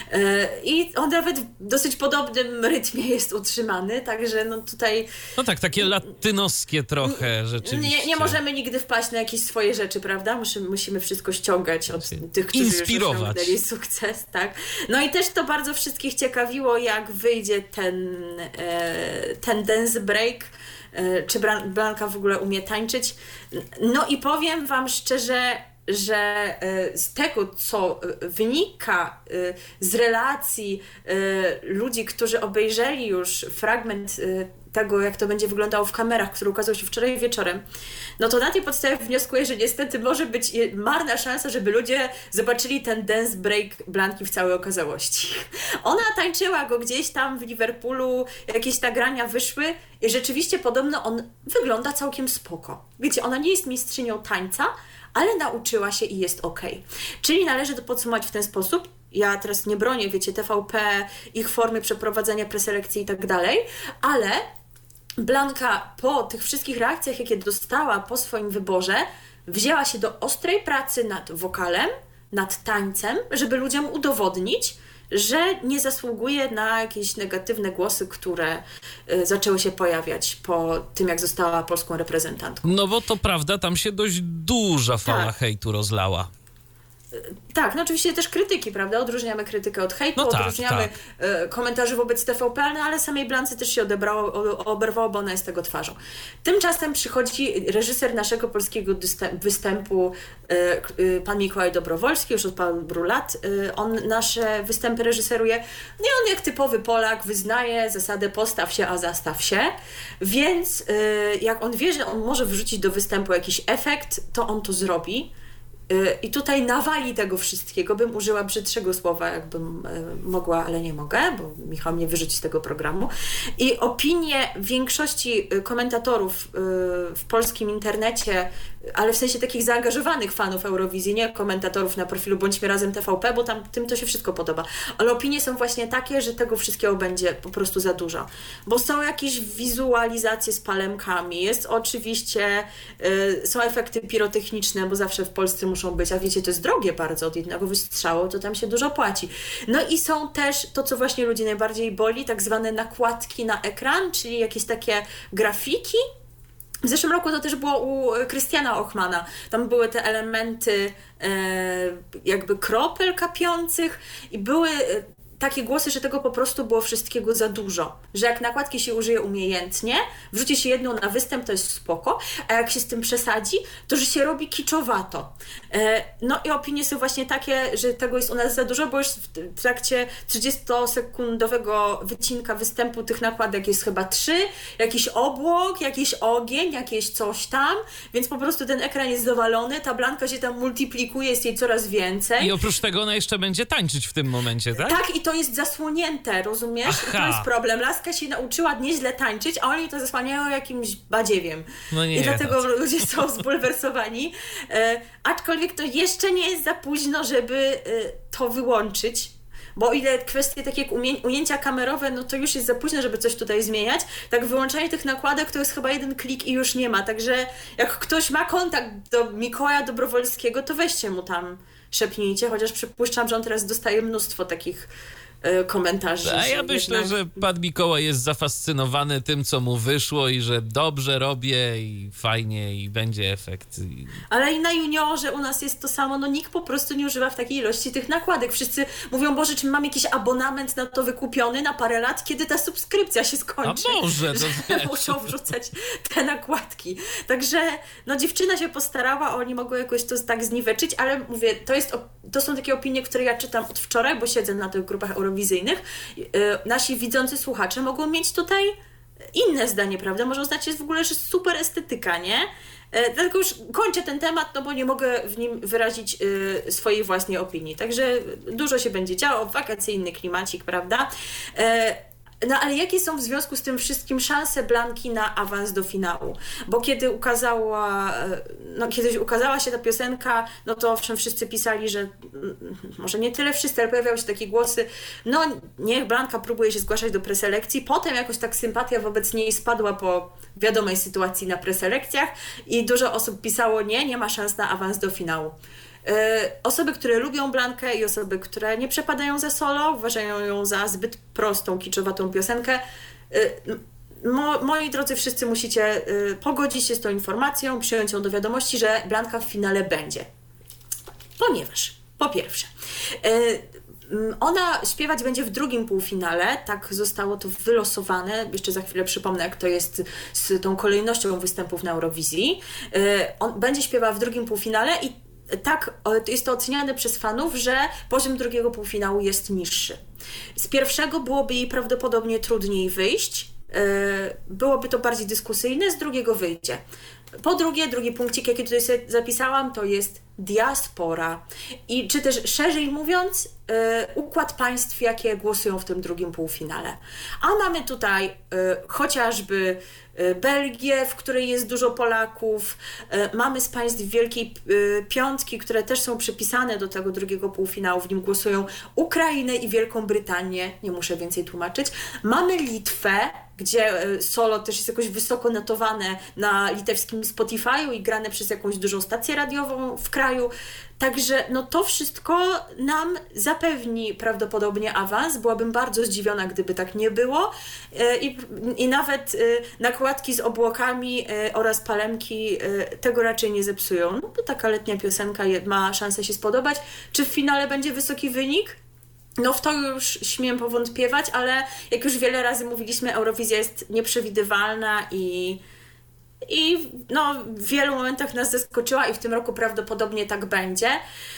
I on nawet w dosyć podobnym rytmie jest utrzymany, także no tutaj... No tak, takie latynoskie trochę rzeczywiście. Nie, nie możemy nigdy wpaść na jakieś swoje rzeczy, prawda? Musimy, musimy wszystko ściągać od tych, którzy inspirować. już osiągnęli sukces, tak? No i też to bardzo wszystkich ciekawiło, jak wyjdzie ten, ten dance break, czy Blanka w ogóle umie tańczyć. No i powiem wam szczerze, że z tego, co wynika z relacji ludzi, którzy obejrzeli już fragment tego, jak to będzie wyglądało w kamerach, który ukazał się wczoraj wieczorem, no to na tej podstawie wnioskuję, że niestety może być marna szansa, żeby ludzie zobaczyli ten dance break Blanki w całej okazałości. Ona tańczyła go gdzieś tam w Liverpoolu, jakieś nagrania wyszły i rzeczywiście podobno on wygląda całkiem spoko. Wiecie, ona nie jest mistrzynią tańca, ale nauczyła się i jest okej. Okay. Czyli należy to podsumować w ten sposób. Ja teraz nie bronię, wiecie, T V P, ich formy przeprowadzania preselekcji i tak dalej, ale Blanka po tych wszystkich reakcjach, jakie dostała po swoim wyborze, wzięła się do ostrej pracy nad wokalem, nad tańcem, żeby ludziom udowodnić, że nie zasługuje na jakieś negatywne głosy, które y, zaczęły się pojawiać po tym, jak została polską reprezentantką. No bo to prawda, tam się dość duża fala tak. hejtu rozlała. Tak, no oczywiście też krytyki, prawda? Odróżniamy krytykę od hejtu, no tak, odróżniamy tak. komentarzy wobec T V P, no ale samej Blance też się odebrało, oberwało, bo ona jest tego twarzą. Tymczasem przychodzi reżyser naszego polskiego występu, pan Mikołaj Dobrowolski, już od paru lat. On nasze występy reżyseruje. No i on jak typowy Polak wyznaje zasadę postaw się, a zastaw się. Więc jak on wie, że on może wrzucić do występu jakiś efekt, to on to zrobi. I tutaj nawali tego wszystkiego, bym użyła brzydszego słowa, jakbym mogła, ale nie mogę, bo Michał mnie wyrzuci z tego programu. I opinie większości komentatorów w polskim internecie, ale w sensie takich zaangażowanych fanów Eurowizji, nie komentatorów na profilu Bądźmy Razem T V P, bo tam tym to się wszystko podoba. Ale opinie są właśnie takie, że tego wszystkiego będzie po prostu za dużo. Bo są jakieś wizualizacje z palemkami, jest oczywiście, y, są efekty pirotechniczne, bo zawsze w Polsce muszą być, a wiecie, to jest drogie bardzo, od jednego wystrzału, to tam się dużo płaci. No i są też to, co właśnie ludzi najbardziej boli, tak zwane nakładki na ekran, czyli jakieś takie grafiki. W zeszłym roku to też było u Krystiana Ochmana. Tam były te elementy e, jakby kropel kapiących i były takie głosy, że tego po prostu było wszystkiego za dużo. Że jak nakładki się użyje umiejętnie, wrzuci się jedną na występ, to jest spoko, a jak się z tym przesadzi, to że się robi kiczowato. No i opinie są właśnie takie, że tego jest u nas za dużo, bo już w trakcie trzydziestosekundowego wycinka występu tych nakładek jest chyba trzy, jakiś obłok, jakiś ogień, jakieś coś tam, więc po prostu ten ekran jest zawalony, ta blanka się tam multiplikuje, jest jej coraz więcej. I oprócz tego ona jeszcze będzie tańczyć w tym momencie, tak? Tak, i to jest zasłonięte, rozumiesz? Aha. To jest problem. Laska się nauczyła nieźle tańczyć, a oni to zasłaniają jakimś badziewiem. No nie, I dlatego no to... ludzie są zbulwersowani. E, aczkolwiek to jeszcze nie jest za późno, żeby e, to wyłączyć. Bo o ile kwestie takie jak umie- ujęcia kamerowe, no to już jest za późno, żeby coś tutaj zmieniać. Tak wyłączanie tych nakładek to jest chyba jeden klik i już nie ma. Także jak ktoś ma kontakt do Mikołaja Dobrowolskiego, to weźcie mu tam, szepnijcie, chociaż przypuszczam, że on teraz dostaje mnóstwo takich y, komentarzy. A ja myślę, jednak... że pan Mikołaj jest zafascynowany tym, co mu wyszło i że dobrze robię i fajnie i będzie efekt. I... Ale i na juniorze u nas jest to samo, no nikt po prostu nie używa w takiej ilości tych nakładek. Wszyscy mówią, Boże, czy mam jakiś abonament na to wykupiony na parę lat, kiedy ta subskrypcja się skończy? A może, to że muszą wrzucać te nakładki. Także no dziewczyna się postarała, oni mogą jakoś to tak zniweczyć, ale mówię, to, jest, to są takie opinie, które ja czytam od wczoraj, bo siedzę na tych grupach eurowizyjnych. Nasi widzący słuchacze mogą mieć tutaj inne zdanie, prawda? Może uznać, jest w ogóle, że super estetyka, nie? Dlatego już kończę ten temat, no bo nie mogę w nim wyrazić y, swojej własnej opinii. Także dużo się będzie działo, wakacyjny klimacik, prawda? Y, No ale jakie są w związku z tym wszystkim szanse Blanki na awans do finału? Bo kiedy ukazała, no kiedyś ukazała się ta piosenka, no to owszem wszyscy pisali, że może nie tyle wszyscy, ale pojawiały się takie głosy, no niech Blanka próbuje się zgłaszać do preselekcji. Potem jakoś tak sympatia wobec niej spadła po wiadomej sytuacji na preselekcjach i dużo osób pisało, nie, nie ma szans na awans do finału. Osoby, które lubią Blankę i osoby, które nie przepadają za solo, uważają ją za zbyt prostą, kiczowatą piosenkę. Mo, moi drodzy, wszyscy musicie pogodzić się z tą informacją, przyjąć ją do wiadomości, że Blanka w finale będzie. Ponieważ, po pierwsze, ona śpiewać będzie w drugim półfinale, tak zostało to wylosowane, jeszcze za chwilę przypomnę, jak to jest z tą kolejnością występów na Eurowizji. On będzie śpiewała w drugim półfinale i tak jest to oceniane przez fanów, że poziom drugiego półfinału jest niższy. Z pierwszego byłoby jej prawdopodobnie trudniej wyjść, byłoby to bardziej dyskusyjne, z drugiego wyjdzie. Po drugie, drugi punkcik, jaki tutaj sobie zapisałam, to jest diaspora. I czy też szerzej mówiąc, yy, układ państw, jakie głosują w tym drugim półfinale. A mamy tutaj yy, chociażby yy, Belgię, w której jest dużo Polaków, yy, mamy z państw Wielkiej yy, Piątki, które też są przypisane do tego drugiego półfinału, w nim głosują Ukrainę i Wielką Brytanię, nie muszę więcej tłumaczyć. Mamy Litwę, gdzie solo też jest jakoś wysoko notowane na litewskim Spotify'u i grane przez jakąś dużą stację radiową w kraju. Także no to wszystko nam zapewni prawdopodobnie awans. Byłabym bardzo zdziwiona, gdyby tak nie było. I, i nawet nakładki z obłokami oraz palemki tego raczej nie zepsują. No to taka letnia piosenka ma szansę się spodobać. Czy w finale będzie wysoki wynik? No w to już śmiem powątpiewać, ale jak już wiele razy mówiliśmy, Eurowizja jest nieprzewidywalna i, i no, w wielu momentach nas zaskoczyła i w tym roku prawdopodobnie tak będzie.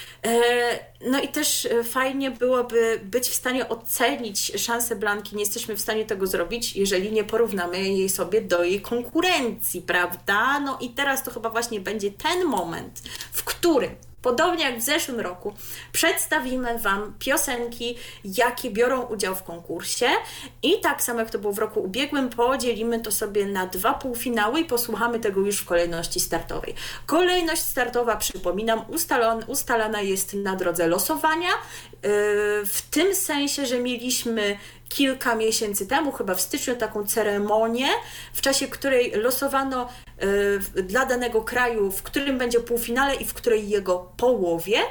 No i też fajnie byłoby być w stanie ocenić szanse Blanki. Nie jesteśmy w stanie tego zrobić, jeżeli nie porównamy jej sobie do jej konkurencji, prawda? No i teraz to chyba właśnie będzie ten moment, w którym podobnie jak w zeszłym roku, przedstawimy Wam piosenki, jakie biorą udział w konkursie i tak samo jak to było w roku ubiegłym, podzielimy to sobie na dwa półfinały i posłuchamy tego już w kolejności startowej. Kolejność startowa, przypominam, ustalona, ustalana jest na drodze losowania, yy, w tym sensie, że mieliśmy kilka miesięcy temu, chyba w styczniu, taką ceremonię, w czasie której losowano y, dla danego kraju, w którym będzie półfinale i w której jego połowie. Y,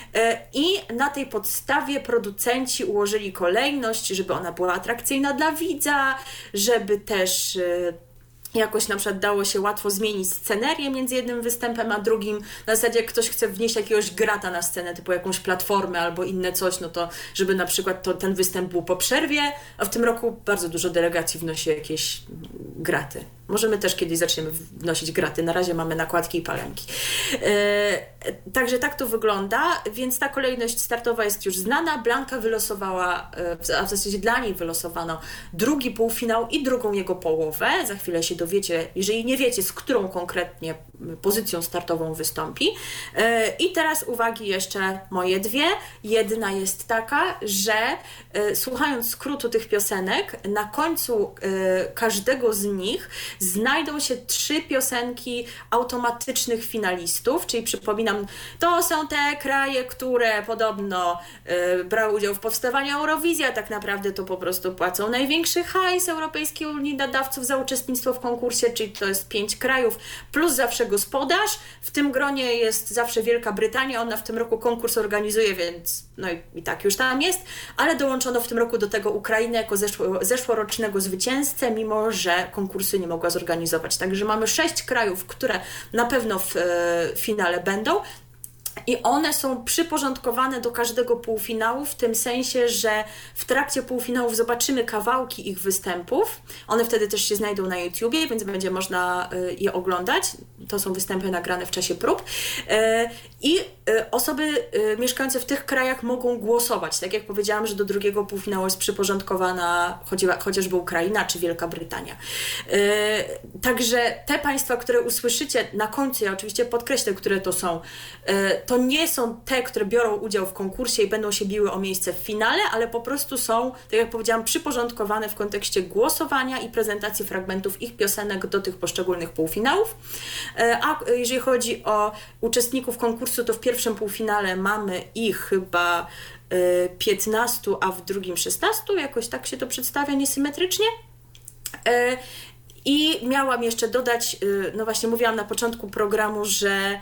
I na tej podstawie producenci ułożyli kolejność, żeby ona była atrakcyjna dla widza, żeby też y, jakoś na przykład dało się łatwo zmienić scenerię między jednym występem a drugim. Na zasadzie jak ktoś chce wnieść jakiegoś grata na scenę, typu jakąś platformę albo inne coś, no to żeby na przykład to, ten występ był po przerwie, a w tym roku bardzo dużo delegacji wnosi jakieś graty. Możemy też kiedyś zaczniemy wnosić graty. Na razie mamy nakładki i palemki. Yy, także tak to wygląda, więc ta kolejność startowa jest już znana. Blanka wylosowała, yy, a w zasadzie dla niej wylosowano drugi półfinał i drugą jego połowę. Za chwilę się dowiecie, jeżeli nie wiecie, z którą konkretnie pozycją startową wystąpi. Yy, I teraz uwagi jeszcze moje dwie. Jedna jest taka, że yy, słuchając skrótu tych piosenek, na końcu yy, każdego z nich znajdą się trzy piosenki automatycznych finalistów, czyli przypominam, to są te kraje, które podobno y, brały udział w powstawaniu Eurowizji, a tak naprawdę to po prostu płacą największy hajs Europejskiej Unii Nadawców za uczestnictwo w konkursie, czyli to jest pięć krajów, plus zawsze gospodarz. W tym gronie jest zawsze Wielka Brytania, ona w tym roku konkurs organizuje, więc no i, i tak już tam jest, ale dołączono w tym roku do tego Ukrainę jako zeszło, zeszłorocznego zwycięzcę, mimo że konkursy nie mogła zorganizować. Także mamy sześć krajów, które na pewno w e, finale będą. I one są przyporządkowane do każdego półfinału, w tym sensie, że w trakcie półfinałów zobaczymy kawałki ich występów. One wtedy też się znajdą na YouTubie, więc będzie można je oglądać. To są występy nagrane w czasie prób. I osoby mieszkające w tych krajach mogą głosować. Tak jak powiedziałam, że do drugiego półfinału jest przyporządkowana chociażby Ukraina czy Wielka Brytania. Także te państwa, które usłyszycie na końcu, ja oczywiście podkreślę, które to są, to nie są te, które biorą udział w konkursie i będą się biły o miejsce w finale, ale po prostu są, tak jak powiedziałam, przyporządkowane w kontekście głosowania i prezentacji fragmentów ich piosenek do tych poszczególnych półfinałów. A jeżeli chodzi o uczestników konkursu, to w pierwszym półfinale mamy ich chyba piętnastu, a w drugim szesnastu, jakoś tak się to przedstawia niesymetrycznie. I miałam jeszcze dodać, no właśnie mówiłam na początku programu, że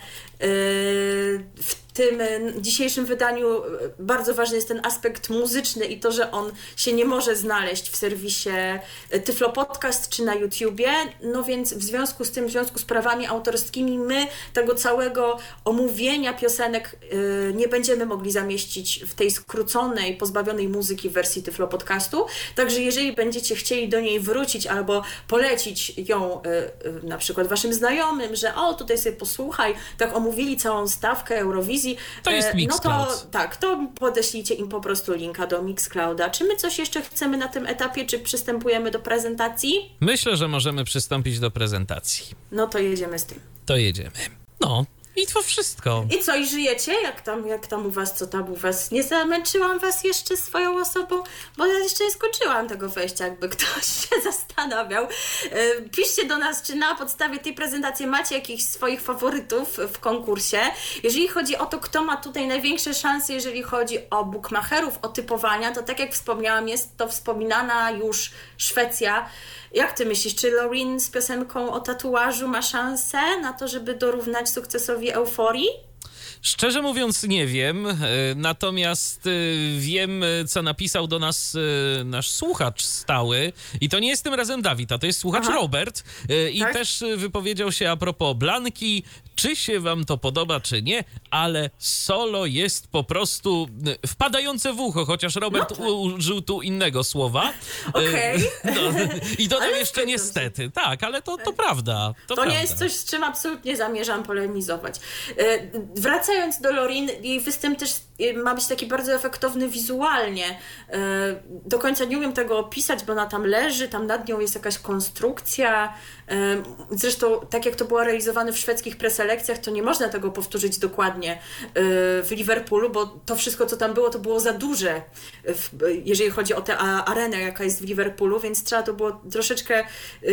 w tym dzisiejszym wydaniu bardzo ważny jest ten aspekt muzyczny i to, że on się nie może znaleźć w serwisie Tyflo Podcast czy na YouTubie, no więc w związku z tym, w związku z prawami autorskimi my tego całego omówienia piosenek nie będziemy mogli zamieścić w tej skróconej, pozbawionej muzyki wersji Tyflo Podcastu, także jeżeli będziecie chcieli do niej wrócić albo polecić ją na przykład waszym znajomym, że o, tutaj sobie posłuchaj, tak omówili całą stawkę Eurowizji, to jest Mixcloud. No to tak, to podeślijcie im po prostu linka do Mixclouda. Czy my coś jeszcze chcemy na tym etapie, czy przystępujemy do prezentacji? Myślę, że możemy przystąpić do prezentacji. No to jedziemy z tym. To jedziemy. No. I to wszystko. I co, i żyjecie? Jak tam, jak tam u was, co tam u was? Nie zamęczyłam was jeszcze swoją osobą, bo ja jeszcze nie skończyłam tego wejścia, jakby ktoś się zastanawiał. Piszcie do nas, czy na podstawie tej prezentacji macie jakichś swoich faworytów w konkursie. Jeżeli chodzi o to, kto ma tutaj największe szanse, jeżeli chodzi o bookmacherów, o typowania, to tak jak wspomniałam, jest to wspominana już Szwecja. Jak ty myślisz, czy Loreen z piosenką o tatuażu ma szansę na to, żeby dorównać sukcesowi Euforii? Szczerze mówiąc nie wiem, natomiast wiem, co napisał do nas nasz słuchacz stały i to nie jest tym razem Dawid, a to jest słuchacz Aha. Robert i tak? też wypowiedział się a propos Blanki, czy się wam to podoba, czy nie, ale solo jest po prostu wpadające w ucho, chociaż Robert no tak. użył tu innego słowa. Okej. Okay. No, i dodał ale jeszcze niestety. Tak, ale to, to prawda. To, to prawda. nie jest coś, z czym absolutnie zamierzam polemizować. Wracając do Loreen, jej występ też ma być taki bardzo efektowny wizualnie. Do końca nie umiem tego opisać, bo ona tam leży, tam nad nią jest jakaś konstrukcja. Zresztą tak jak to było realizowane w szwedzkich preselekcjach, to nie można tego powtórzyć dokładnie w Liverpoolu, bo to wszystko, co tam było, to było za duże, jeżeli chodzi o tę arenę, jaka jest w Liverpoolu, więc trzeba to było troszeczkę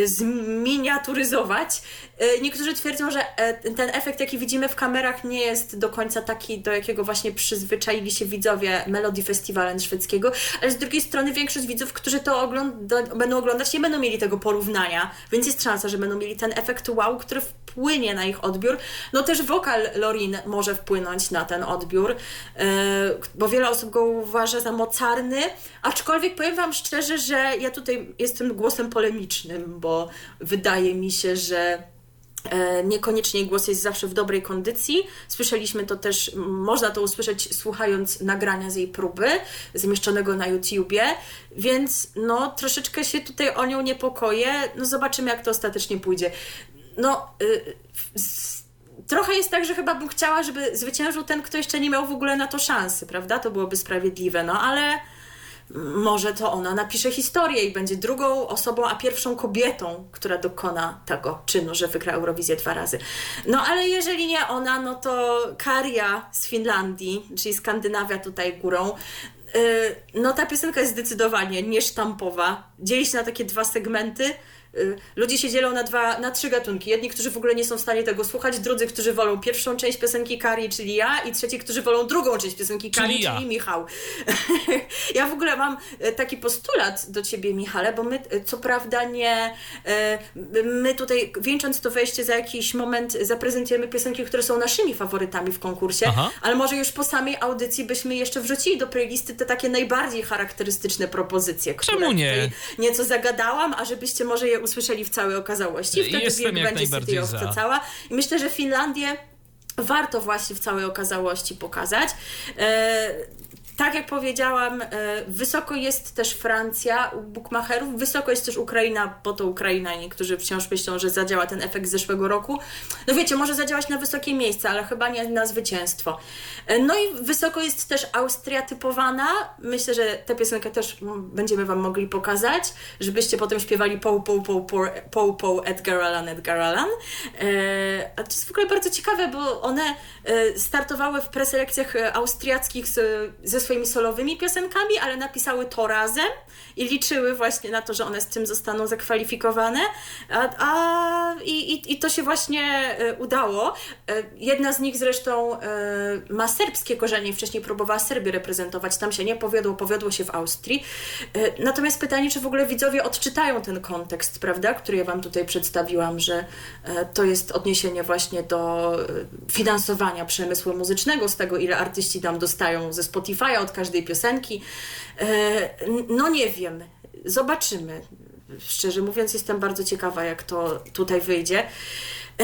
zminiaturyzować. Niektórzy twierdzą, że ten efekt, jaki widzimy w kamerach, nie jest do końca taki, do jakiego właśnie przyzwy... przyzwyczaili się widzowie Melodii Festivalen szwedzkiego, ale z drugiej strony większość widzów, którzy to ogląda, będą oglądać, nie będą mieli tego porównania, więc jest szansa, że będą mieli ten efekt wow, który wpłynie na ich odbiór. No też wokal Loreen może wpłynąć na ten odbiór, yy, bo wiele osób go uważa za mocarny, aczkolwiek powiem wam szczerze, że ja tutaj jestem głosem polemicznym, bo wydaje mi się, że niekoniecznie głos jest zawsze w dobrej kondycji. Słyszeliśmy to też, można to usłyszeć słuchając nagrania z jej próby, zamieszczonego na YouTubie, więc no troszeczkę się tutaj o nią niepokoję. No zobaczymy, jak to ostatecznie pójdzie. No yy, z, trochę jest tak, że chyba bym chciała, żeby zwyciężył ten, kto jeszcze nie miał w ogóle na to szansy, prawda? To byłoby sprawiedliwe, no ale może to ona napisze historię i będzie drugą osobą, a pierwszą kobietą, która dokona tego czynu, że wygra Eurowizję dwa razy. No ale jeżeli nie ona, no to Karia z Finlandii, czyli Skandynawia tutaj górą. No ta piosenka jest zdecydowanie niesztampowa. Dzieli się na takie dwa segmenty. Ludzie się dzielą na dwa, na trzy gatunki. Jedni, którzy w ogóle nie są w stanie tego słuchać, drudzy, którzy wolą pierwszą część piosenki Karii, czyli ja, i trzeci, którzy wolą drugą część piosenki Karii, czyli, ja. czyli Michał. Ja w ogóle mam taki postulat do ciebie, Michale, bo my co prawda nie, my tutaj wieńcząc to wejście za jakiś moment zaprezentujemy piosenki, które są naszymi faworytami w konkursie, Aha. ale może już po samej audycji byśmy jeszcze wrzucili do playlisty te takie najbardziej charakterystyczne propozycje, które Czemu nie? nieco zagadałam, a żebyście może je usłyszeli w całej okazałości. Wtedy Jestem jak będzie najbardziej za. Cała. I myślę, że Finlandię warto właśnie w całej okazałości pokazać. E, tak jak powiedziałam, e, wysoko jest też Francja u bukmacherów, wysoko jest też Ukraina, bo to Ukraina i niektórzy wciąż myślą, że zadziała ten efekt z zeszłego roku. No wiecie, może zadziałać na wysokie miejsce, ale chyba nie na zwycięstwo. E, no i wysoko jest też Austria typowana. Myślę, że tę piosenkę też będziemy wam mogli pokazać, żebyście potem śpiewali Poł, Poł, Poł, Poł, Poł, Edgar Allan, Edgar Allan. E, a to jest w ogóle bardzo ciekawe, bo one e, startowały w preselekcjach austriackich z, ze swoimi solowymi piosenkami, ale napisały to razem i liczyły właśnie na to, że one z tym zostaną zakwalifikowane. A, a, i, i, I to się właśnie e, udało. E, jedna z nich zresztą e, ma serbskie korzenie i wcześniej próbowała Serbię reprezentować. Tam się nie powiodło, powiodło się w Austrii. E, natomiast pytanie, czy w ogóle widzowie odczytają ten kontekst, prawda, który ja wam tutaj przedstawiłam, że e, to jest odniesienie właśnie do e, finansowania przemysłu muzycznego, z tego, ile artyści tam dostają ze Spotify'a od każdej piosenki. E, no nie wiem. Zobaczymy. Szczerze mówiąc, jestem bardzo ciekawa, jak to tutaj wyjdzie. E,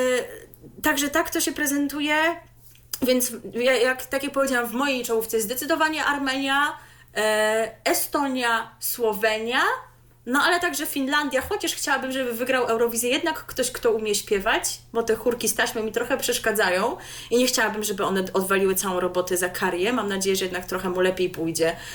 także tak to się prezentuje. Więc jak, tak jak powiedziałam, w mojej czołówce jest zdecydowanie Armenia, e, Estonia, Słowenia, no ale także Finlandia, chociaż chciałabym, żeby wygrał Eurowizję jednak ktoś, kto umie śpiewać, bo te chórki z taśmy mi trochę przeszkadzają i nie chciałabym, żeby one odwaliły całą robotę za Karię. Mam nadzieję, że jednak trochę mu lepiej pójdzie e,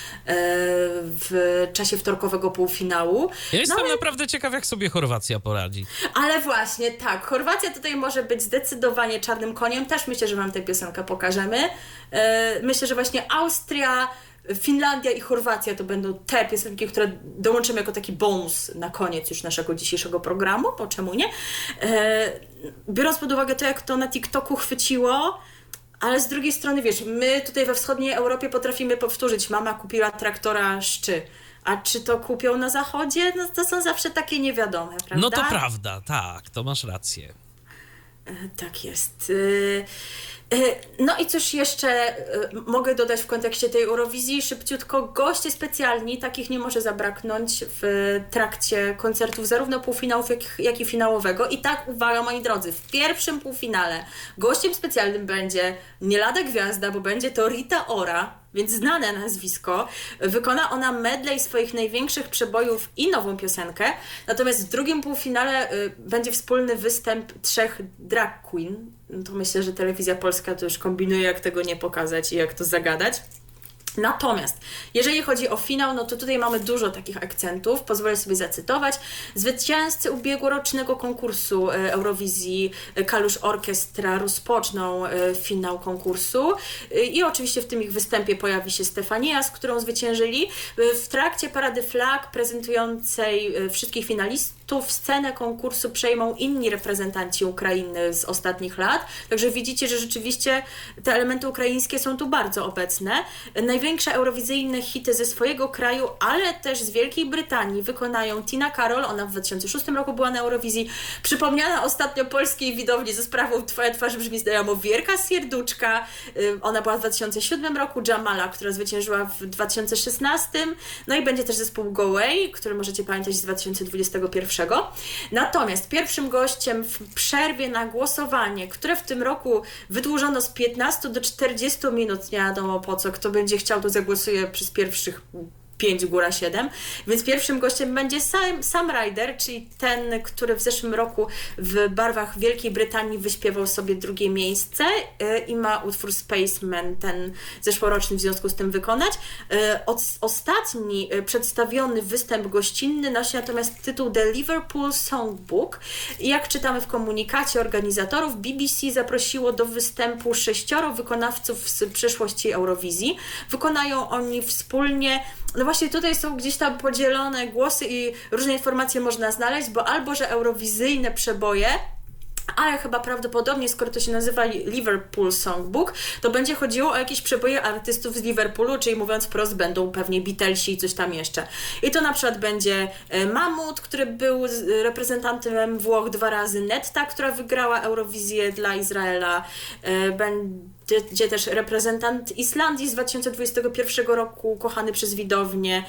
w czasie wtorkowego półfinału. Ja jestem no, ale... naprawdę ciekaw, jak sobie Chorwacja poradzi. Ale właśnie, tak, Chorwacja tutaj może być zdecydowanie czarnym koniem. Też myślę, że wam tę piosenkę pokażemy. E, myślę, że właśnie Austria, Finlandia i Chorwacja to będą te piosenki, które dołączymy jako taki bonus na koniec już naszego dzisiejszego programu, bo czemu nie? E, biorąc pod uwagę to, jak to na TikToku chwyciło, ale z drugiej strony, wiesz, my tutaj we wschodniej Europie potrafimy powtórzyć, mama kupiła traktora szczy, a czy to kupią na zachodzie? No to są zawsze takie niewiadome, prawda? No to prawda, tak, to masz rację. E, tak jest. E, No i cóż jeszcze mogę dodać w kontekście tej Eurowizji? Szybciutko, goście specjalni, takich nie może zabraknąć w trakcie koncertów zarówno półfinałów, jak, jak i finałowego. I tak, uwaga moi drodzy, w pierwszym półfinale gościem specjalnym będzie nie lada gwiazda, bo będzie to Rita Ora, więc znane nazwisko. Wykona ona medley swoich największych przebojów i nową piosenkę. Natomiast w drugim półfinale y, będzie wspólny występ trzech drag queen. To myślę, że Telewizja Polska to już kombinuje, jak tego nie pokazać i jak to zagadać. Natomiast jeżeli chodzi o finał, no to tutaj mamy dużo takich akcentów. Pozwolę sobie zacytować. Zwycięzcy ubiegłorocznego konkursu Eurowizji Kalush Orkiestra rozpoczną finał konkursu i oczywiście w tym ich występie pojawi się Stefania, z którą zwyciężyli. W trakcie parady flag prezentującej wszystkich finalistów punktów scenę konkursu przejmą inni reprezentanci Ukrainy z ostatnich lat. Także widzicie, że rzeczywiście te elementy ukraińskie są tu bardzo obecne. Największe eurowizyjne hity ze swojego kraju, ale też z Wielkiej Brytanii wykonają Tina Karol. Ona w dwa tysiące szóstym roku była na Eurowizji. Przypomniana ostatnio polskiej widowni ze sprawą Twoja twarz brzmi znajomo Wierka Sierduczka. Ona była w dwa tysiące siódmym roku. Jamala, która zwyciężyła w dwa tysiące szesnastym. No i będzie też zespół Go Away, który możecie pamiętać z dwa tysiące dwudziestego pierwszego. Natomiast pierwszym gościem w przerwie na głosowanie, które w tym roku wydłużono z piętnastu do czterdziestu minut, nie wiadomo po co, kto będzie chciał, to zagłosuje przez pierwszych pięć, góra siedem. Więc pierwszym gościem będzie Sam, Sam Ryder, czyli ten, który w zeszłym roku w barwach Wielkiej Brytanii wyśpiewał sobie drugie miejsce yy, i ma utwór Spaceman, ten zeszłoroczny w związku z tym wykonać. Yy, od, ostatni yy, przedstawiony występ gościnny nosi natomiast tytuł The Liverpool Songbook. I jak czytamy w komunikacie organizatorów, B B C zaprosiło do występu sześcioro wykonawców z przeszłości Eurowizji. Wykonają oni wspólnie. No właśnie tutaj są gdzieś tam podzielone głosy i różne informacje można znaleźć, bo albo, że eurowizyjne przeboje, ale chyba prawdopodobnie, skoro to się nazywa Liverpool Songbook, to będzie chodziło o jakieś przeboje artystów z Liverpoolu, czyli mówiąc wprost, będą pewnie Beatlesi i coś tam jeszcze. I to na przykład będzie Mamut, który był reprezentantem Włoch dwa razy, Netta, która wygrała Eurowizję dla Izraela, będzie też reprezentant Islandii z dwa tysiące dwudziestego pierwszego roku, kochany przez widownię.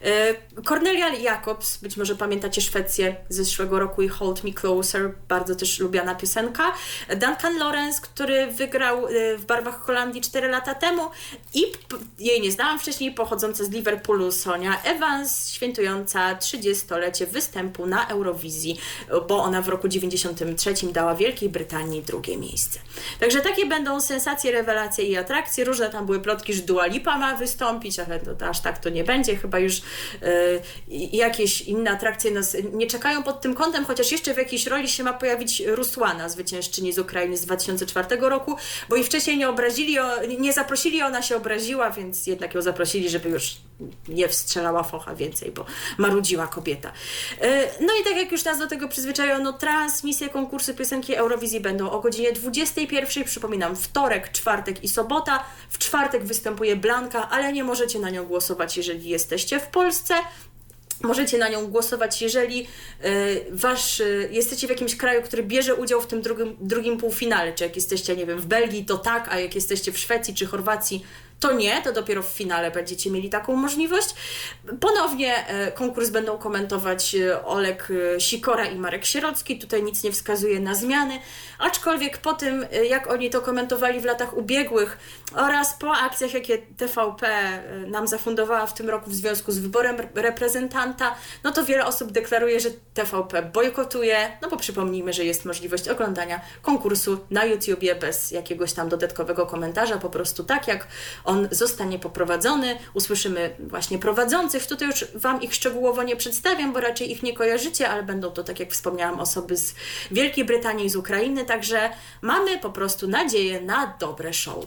Cornelia Jacobs, być może pamiętacie Szwecję z zeszłego roku i Hold Me Closer, bardzo też lubiana piosenka. Duncan Lawrence, który wygrał w barwach Holandii cztery lata temu i jej nie znałam wcześniej, pochodząca z Liverpoolu Sonia Evans, świętująca trzydziestolecie występu na Eurowizji, bo ona w roku dziewięćdziesiątym trzecim dała Wielkiej Brytanii drugie miejsce. Także takie będą sensacje, rewelacje i atrakcje. Różne tam były plotki, że Dua Lipa ma wystąpić, ale to, to aż tak to nie będzie. Chyba już yy, jakieś inne atrakcje nas nie czekają pod tym kątem, chociaż jeszcze w jakiejś roli się ma pojawić Rusłana, zwyciężczyni z Ukrainy z dwa tysiące czwartego roku, bo i wcześniej nie obrazili, nie zaprosili, ona się obraziła, więc jednak ją zaprosili, żeby już nie wstrzelała focha więcej, bo marudziła kobieta. No i tak jak już nas do tego przyzwyczajono, transmisje konkursu piosenki Eurowizji będą o godzinie dwudziestej pierwszej, przypominam, wtorek, czwartek i sobota. W czwartek występuje Blanka, ale nie możecie na nią głosować, jeżeli jesteście w Polsce. Możecie na nią głosować, jeżeli y, wasz, y, jesteście w jakimś kraju, który bierze udział w tym drugim, drugim półfinale. Czy jak jesteście, nie wiem, w Belgii, to tak, a jak jesteście w Szwecji czy Chorwacji, to nie, to dopiero w finale będziecie mieli taką możliwość. Ponownie e, konkurs będą komentować e, Oleg e, Sikora i Marek Sierocki. Tutaj nic nie wskazuje na zmiany, aczkolwiek po tym, e, jak oni to komentowali w latach ubiegłych oraz po akcjach, jakie T V P e, nam zafundowała w tym roku w związku z wyborem reprezentanta, no to wiele osób deklaruje, że T V P bojkotuje, no bo przypomnijmy, że jest możliwość oglądania konkursu na YouTubie bez jakiegoś tam dodatkowego komentarza, po prostu tak jak on zostanie poprowadzony. Usłyszymy właśnie prowadzących. Tutaj już Wam ich szczegółowo nie przedstawiam, bo raczej ich nie kojarzycie, ale będą to, tak jak wspomniałam, osoby z Wielkiej Brytanii i z Ukrainy, także mamy po prostu nadzieję na dobre show.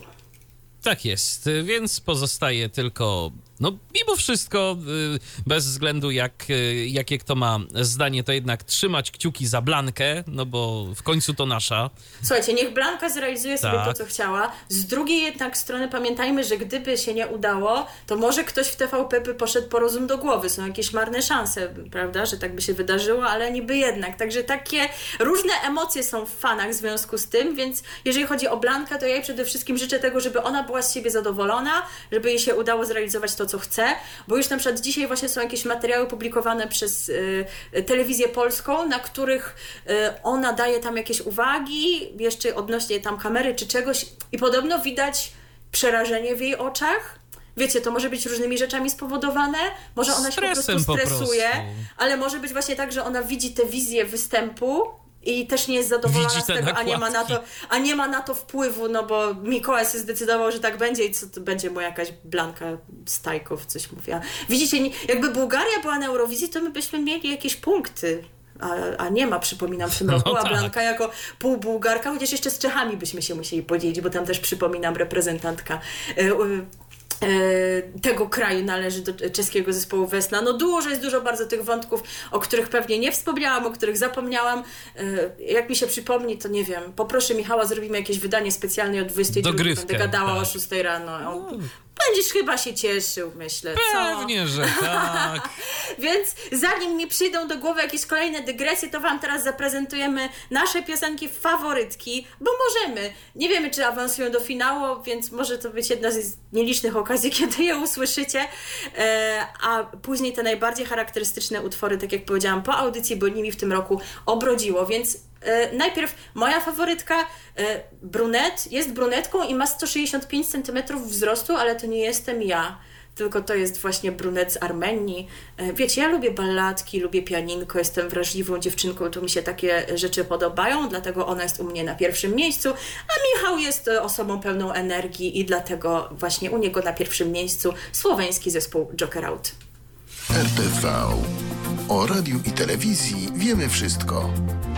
Tak jest, więc pozostaje tylko, no mimo wszystko, bez względu jak, jakie kto ma zdanie, to jednak trzymać kciuki za Blankę, no bo w końcu to nasza. Słuchajcie, niech Blanka zrealizuje sobie tak. to, co chciała. Z drugiej jednak strony pamiętajmy, że gdyby się nie udało, to może ktoś w T V P by poszedł po rozum do głowy. Są jakieś marne szanse, prawda, że tak by się wydarzyło, ale niby jednak. Także takie różne emocje są w fanach w związku z tym, więc jeżeli chodzi o Blankę, to ja jej przede wszystkim życzę tego, żeby ona była z siebie zadowolona, żeby jej się udało zrealizować to, co chce, bo już na przykład dzisiaj właśnie są jakieś materiały publikowane przez y, telewizję polską, na których y, ona daje tam jakieś uwagi, jeszcze odnośnie tam kamery czy czegoś i podobno widać przerażenie w jej oczach. Wiecie, to może być różnymi rzeczami spowodowane, może ona Stresem się po prostu stresuje, po prostu. ale może być właśnie tak, że ona widzi tę wizję występu i też nie jest zadowolona Widzi z tego, a nie, ma na to, a nie ma na to wpływu, no bo Mikołaj się zdecydował, że tak będzie i co to będzie mu jakaś Blanka Stajkow, coś mówiła. Widzicie, jakby Bułgaria była na Eurowizji, to my byśmy mieli jakieś punkty. A, a nie ma, przypominam, w tym roku, no a tak. Blanka jako półbułgarka, chociaż jeszcze z Czechami byśmy się musieli podzielić, bo tam też, przypominam, reprezentantka y, y, tego kraju należy do czeskiego zespołu Vesna. No dużo jest dużo bardzo tych wątków, o których pewnie nie wspomniałam, o których zapomniałam. Jak mi się przypomni, to nie wiem, poproszę Michała, zrobimy jakieś wydanie specjalne o dwudziestej drugiej. Będę gadała tak. o szóstej rano. No. Będziesz chyba się cieszył, myślę. Co? Pewnie, że tak. Więc zanim mi przyjdą do głowy jakieś kolejne dygresje, to wam teraz zaprezentujemy nasze piosenki faworytki, bo możemy. Nie wiemy, czy awansują do finału, więc może to być jedna z nielicznych okazji, kiedy je usłyszycie. E, a później te najbardziej charakterystyczne utwory, tak jak powiedziałam, po audycji, bo nimi w tym roku obrodziło, więc E, najpierw moja faworytka, e, brunet, jest brunetką i ma sto sześćdziesiąt pięć centymetrów wzrostu, ale to nie jestem ja, tylko to jest właśnie brunet z Armenii. E, wiecie, ja lubię balladki, lubię pianinko, jestem wrażliwą dziewczynką, to mi się takie rzeczy podobają, dlatego ona jest u mnie na pierwszym miejscu, a Michał jest osobą pełną energii i dlatego właśnie u niego na pierwszym miejscu słoweński zespół Joker Out. R T V. O radiu i telewizji wiemy wszystko.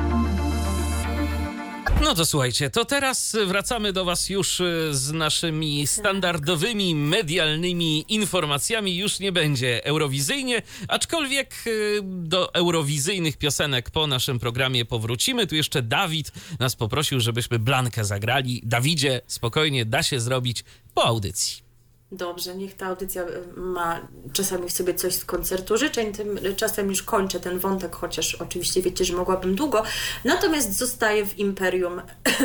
No to słuchajcie, to teraz wracamy do was już z naszymi standardowymi medialnymi informacjami. Już nie będzie eurowizyjnie, aczkolwiek do eurowizyjnych piosenek po naszym programie powrócimy. Tu jeszcze Dawid nas poprosił, żebyśmy Blankę zagrali. Dawidzie, spokojnie, da się zrobić po audycji. Dobrze, niech ta audycja ma czasami w sobie coś z koncertu życzeń, tymczasem już kończę ten wątek, chociaż oczywiście wiecie, że mogłabym długo, natomiast zostaję w imperium.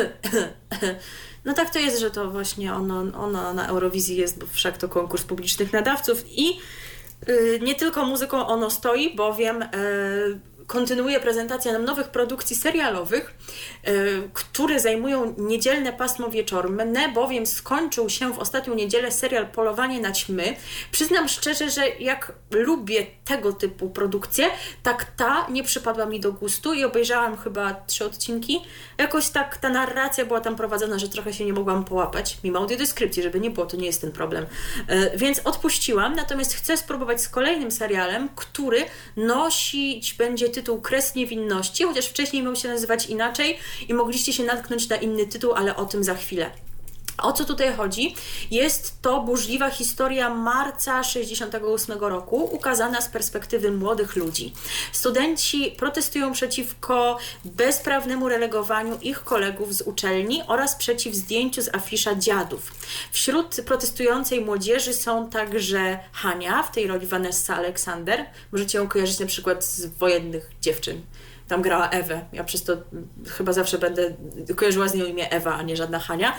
No tak to jest, że to właśnie ono, ono na Eurowizji jest, bo wszak to konkurs publicznych nadawców i yy, nie tylko muzyką ono stoi, bowiem yy, kontynuuje prezentację nowych produkcji serialowych, yy, które zajmują niedzielne pasmo wieczorne, bowiem skończył się w ostatnią niedzielę serial Polowanie na ćmy. Przyznam szczerze, że jak lubię tego typu produkcje, tak ta nie przypadła mi do gustu i obejrzałam chyba trzy odcinki. Jakoś tak ta narracja była tam prowadzona, że trochę się nie mogłam połapać, mimo audiodeskrypcji, żeby nie było, to nie jest ten problem. Yy, więc odpuściłam, natomiast chcę spróbować z kolejnym serialem, który nosić będzie tytuł Kres niewinności, chociaż wcześniej miał się nazywać inaczej i mogliście się natknąć na inny tytuł, ale o tym za chwilę. O co tutaj chodzi? Jest to burzliwa historia marca sześćdziesiątego ósmego roku, ukazana z perspektywy młodych ludzi. Studenci protestują przeciwko bezprawnemu relegowaniu ich kolegów z uczelni oraz przeciw zdjęciu z afisza dziadów. Wśród protestującej młodzieży są także Hania, w tej roli Vanessa Aleksander. Możecie ją kojarzyć na przykład z Wojennych dziewczyn. Tam grała Ewę. Ja przez to chyba zawsze będę kojarzyła z nią imię Ewa, a nie żadna Hania.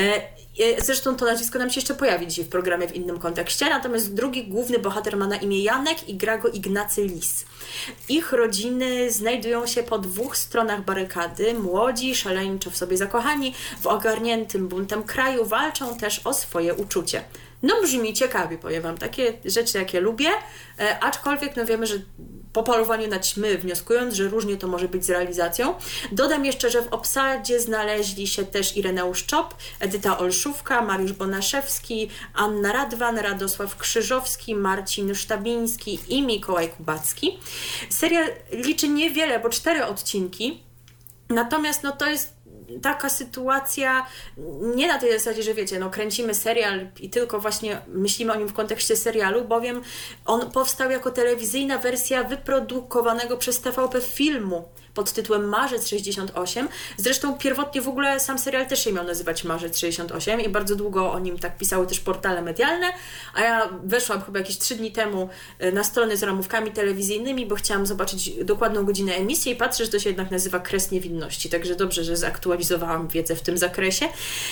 Zresztą to nazwisko nam się jeszcze pojawi dzisiaj w programie w innym kontekście. Natomiast drugi główny bohater ma na imię Janek i gra go Ignacy Lis. Ich rodziny znajdują się po dwóch stronach barykady. Młodzi, szaleńczo w sobie zakochani, w ogarniętym buntem kraju walczą też o swoje uczucie. No brzmi ciekawie, powiem wam. Takie rzeczy, jakie lubię, e, aczkolwiek no wiemy, że po polowaniu na ćmy, wnioskując, że różnie to może być z realizacją. Dodam jeszcze, że w obsadzie znaleźli się też Ireneusz Czop, Edyta Olszówka, Mariusz Bonaszewski, Anna Radwan, Radosław Krzyżowski, Marcin Sztabiński i Mikołaj Kubacki. Serial liczy niewiele, bo cztery odcinki, natomiast no to jest taka sytuacja, nie na tej zasadzie, że wiecie, no kręcimy serial i tylko właśnie myślimy o nim w kontekście serialu, bowiem on powstał jako telewizyjna wersja wyprodukowanego przez T V P filmu pod tytułem Marzec sześćdziesiąt osiem. Zresztą pierwotnie w ogóle sam serial też się miał nazywać Marzec sześćdziesiąt osiem i bardzo długo o nim tak pisały też portale medialne, a ja weszłam chyba jakieś trzy dni temu na stronę z ramówkami telewizyjnymi, bo chciałam zobaczyć dokładną godzinę emisji i patrzę, że to się jednak nazywa Kres niewinności, także dobrze, że zaktualizowałam wiedzę w tym zakresie.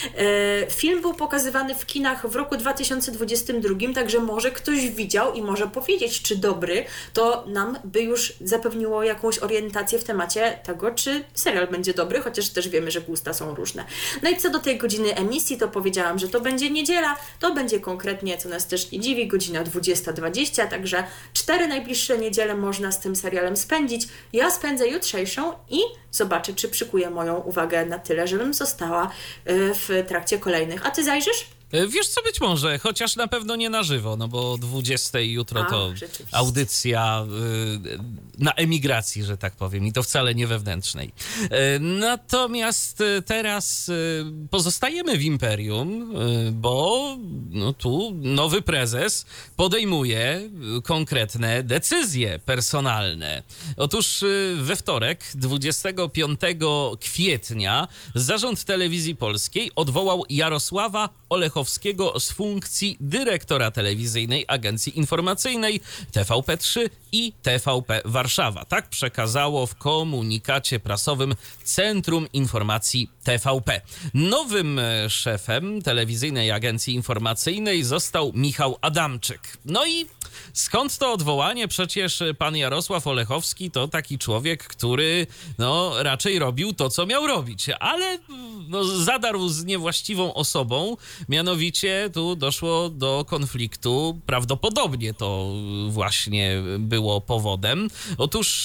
Film był pokazywany w kinach w roku dwa tysiące dwudziestym drugim, także może ktoś widział i może powiedzieć, czy dobry, to nam by już zapewniło jakąś orientację w temacie tego, czy serial będzie dobry, chociaż też wiemy, że gusta są różne. No i co do tej godziny emisji, to powiedziałam, że to będzie niedziela, to będzie konkretnie, co nas też nie dziwi, godzina dwudziesta dwadzieścia, także cztery najbliższe niedziele można z tym serialem spędzić. Ja spędzę jutrzejszą i zobaczę, czy przykuje moją uwagę na tyle, żebym została w trakcie kolejnych. A ty zajrzysz? Wiesz co, być może, chociaż na pewno nie na żywo, no bo o dwudziestej jutro A, to rzeczywiście. audycja y, na emigracji, że tak powiem, i to wcale nie wewnętrznej. Y, natomiast y, teraz y, pozostajemy w imperium, y, bo no, tu nowy prezes podejmuje y, konkretne decyzje personalne. Otóż y, we wtorek, dwudziestego piątego kwietnia, Zarząd Telewizji Polskiej odwołał Jarosława Olechowskiego z funkcji dyrektora telewizyjnej agencji informacyjnej T V P trzy i T V P Warszawa. Tak przekazało w komunikacie prasowym Centrum Informacji T V P. Nowym szefem telewizyjnej agencji informacyjnej został Michał Adamczyk. No i skąd to odwołanie? Przecież pan Jarosław Olechowski to taki człowiek, który no, raczej robił to, co miał robić, ale no, zadarł z niewłaściwą osobą. Mianowicie tu doszło do konfliktu, prawdopodobnie to właśnie było powodem. Otóż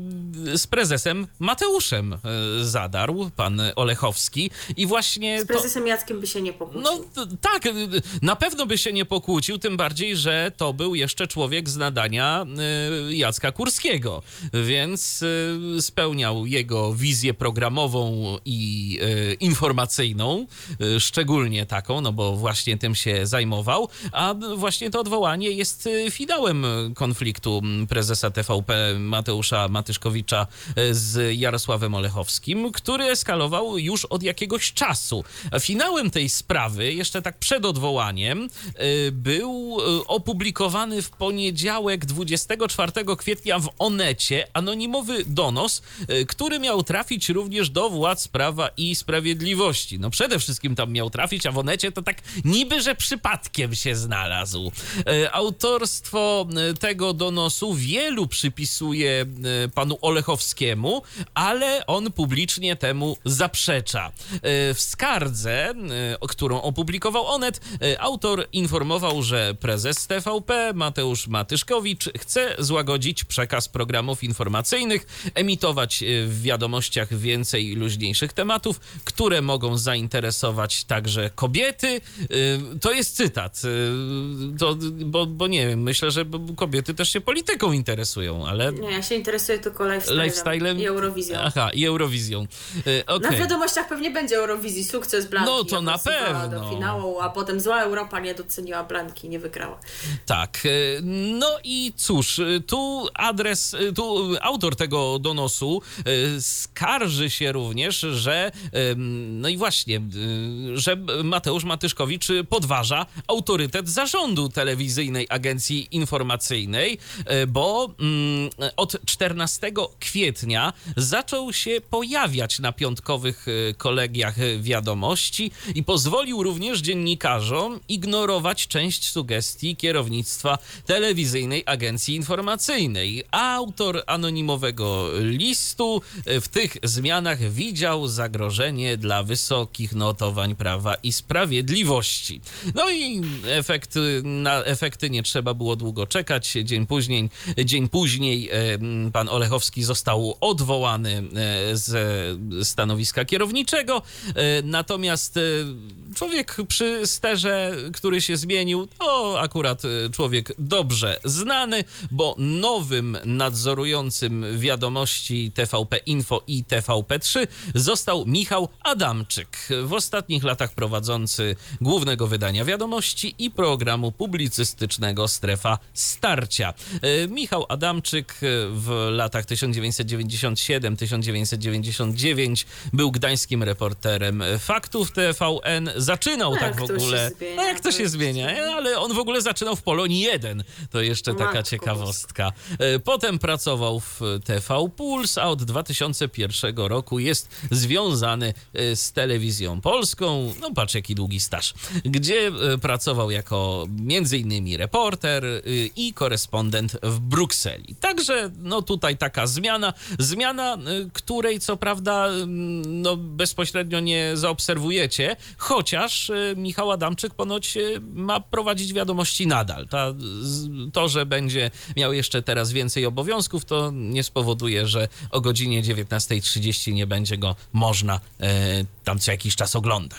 z prezesem Mateuszem zadarł pan Olechowski i właśnie... Z prezesem to... Jackiem by się nie pokłócił. No tak, na pewno by się nie pokłócił, tym bardziej, że to był jeszcze człowiek z nadania Jacka Kurskiego, więc spełniał jego wizję programową i informacyjną, szczególnie taką, no bo właśnie tym się zajmował, a właśnie to odwołanie jest finałem konfliktu prezesa T V P Mateusza Matyszkowicza z Jarosławem Olechowskim, który eskalował już od jakiegoś czasu. Finałem tej sprawy, jeszcze tak przed odwołaniem, był opublikowany w poniedziałek dwudziestego czwartego kwietnia w Onecie anonimowy donos, który miał trafić również do władz Prawa i Sprawiedliwości. No przede wszystkim tam miał trafić, a w Onecie to tak niby, że przypadkiem się znalazł. Autorstwo tego donosu wielu przypisuje panu Olechowskiemu, ale on publicznie temu zaprzecza. W skardze, którą opublikował Onet, autor informował, że prezes T V P Mateusz Matyszkowicz chce złagodzić przekaz programów informacyjnych, emitować w wiadomościach więcej luźniejszych tematów, które mogą zainteresować także kobiety. To jest cytat. To, bo, bo nie wiem, myślę, że kobiety też się polityką interesują, ale... Nie, ja się interesuję tylko lifestylem, lifestylem? i Eurowizją. Aha, i Eurowizją. Okay. Na wiadomościach pewnie będzie Eurowizji, sukces Blanki. No to na pewno. Do finału, a potem zła Europa nie doceniła Blanki, nie wygrała. Tak. No i cóż, tu adres, tu autor tego donosu skarży się również, że no i właśnie, że Mateusz Matyszkowicz podważa autorytet zarządu telewizyjnej agencji informacyjnej, bo od czternastego kwietnia zaczął się pojawiać na piątkowych kolegiach wiadomości i pozwolił również dziennikarzom ignorować część sugestii kierownictwa telewizyjnej agencji informacyjnej. Autor anonimowego listu w tych zmianach widział zagrożenie dla wysokich notowań Prawa i Sprawiedliwości. No i efekty, na efekty nie trzeba było długo czekać. Dzień później, dzień później pan Olechowski został odwołany ze stanowiska kierowniczego. Natomiast człowiek przy sterze, który się zmienił, to akurat człowiek dobrze znany, bo nowym nadzorującym wiadomości T V P Info i T V P trzy został Michał Adamczyk, w ostatnich latach prowadzący głównego wydania wiadomości i programu publicystycznego Strefa Starcia. Michał Adamczyk w latach tysiąc dziewięćset dziewięćdziesiąt siedem do tysiąc dziewięćset dziewięćdziesiąt dziewięć był gdańskim reporterem Faktów T V N. Zaczynał no, tak w ogóle... Zmienia, no jak to się zmienia? Ale on w ogóle zaczynał w Polonii jeden. To jeszcze taka Matko ciekawostka. Potem pracował w T V Puls, a od dwa tysiące pierwszego roku jest związany z Telewizją Polską. No patrz, jaki długi staż. Gdzie pracował jako między innymi reporter i korespondent w Brukseli. Także no tutaj taka zmiana. Zmiana, której co prawda no bezpośrednio nie zaobserwujecie, chociaż Michał Adamczyk ponoć ma prowadzić wiadomości nadal. Ta, to, że będzie miał jeszcze teraz więcej obowiązków, to nie spowoduje, że o godzinie dziewiętnasta trzydzieści nie będzie go można e, tam co jakiś czas oglądać.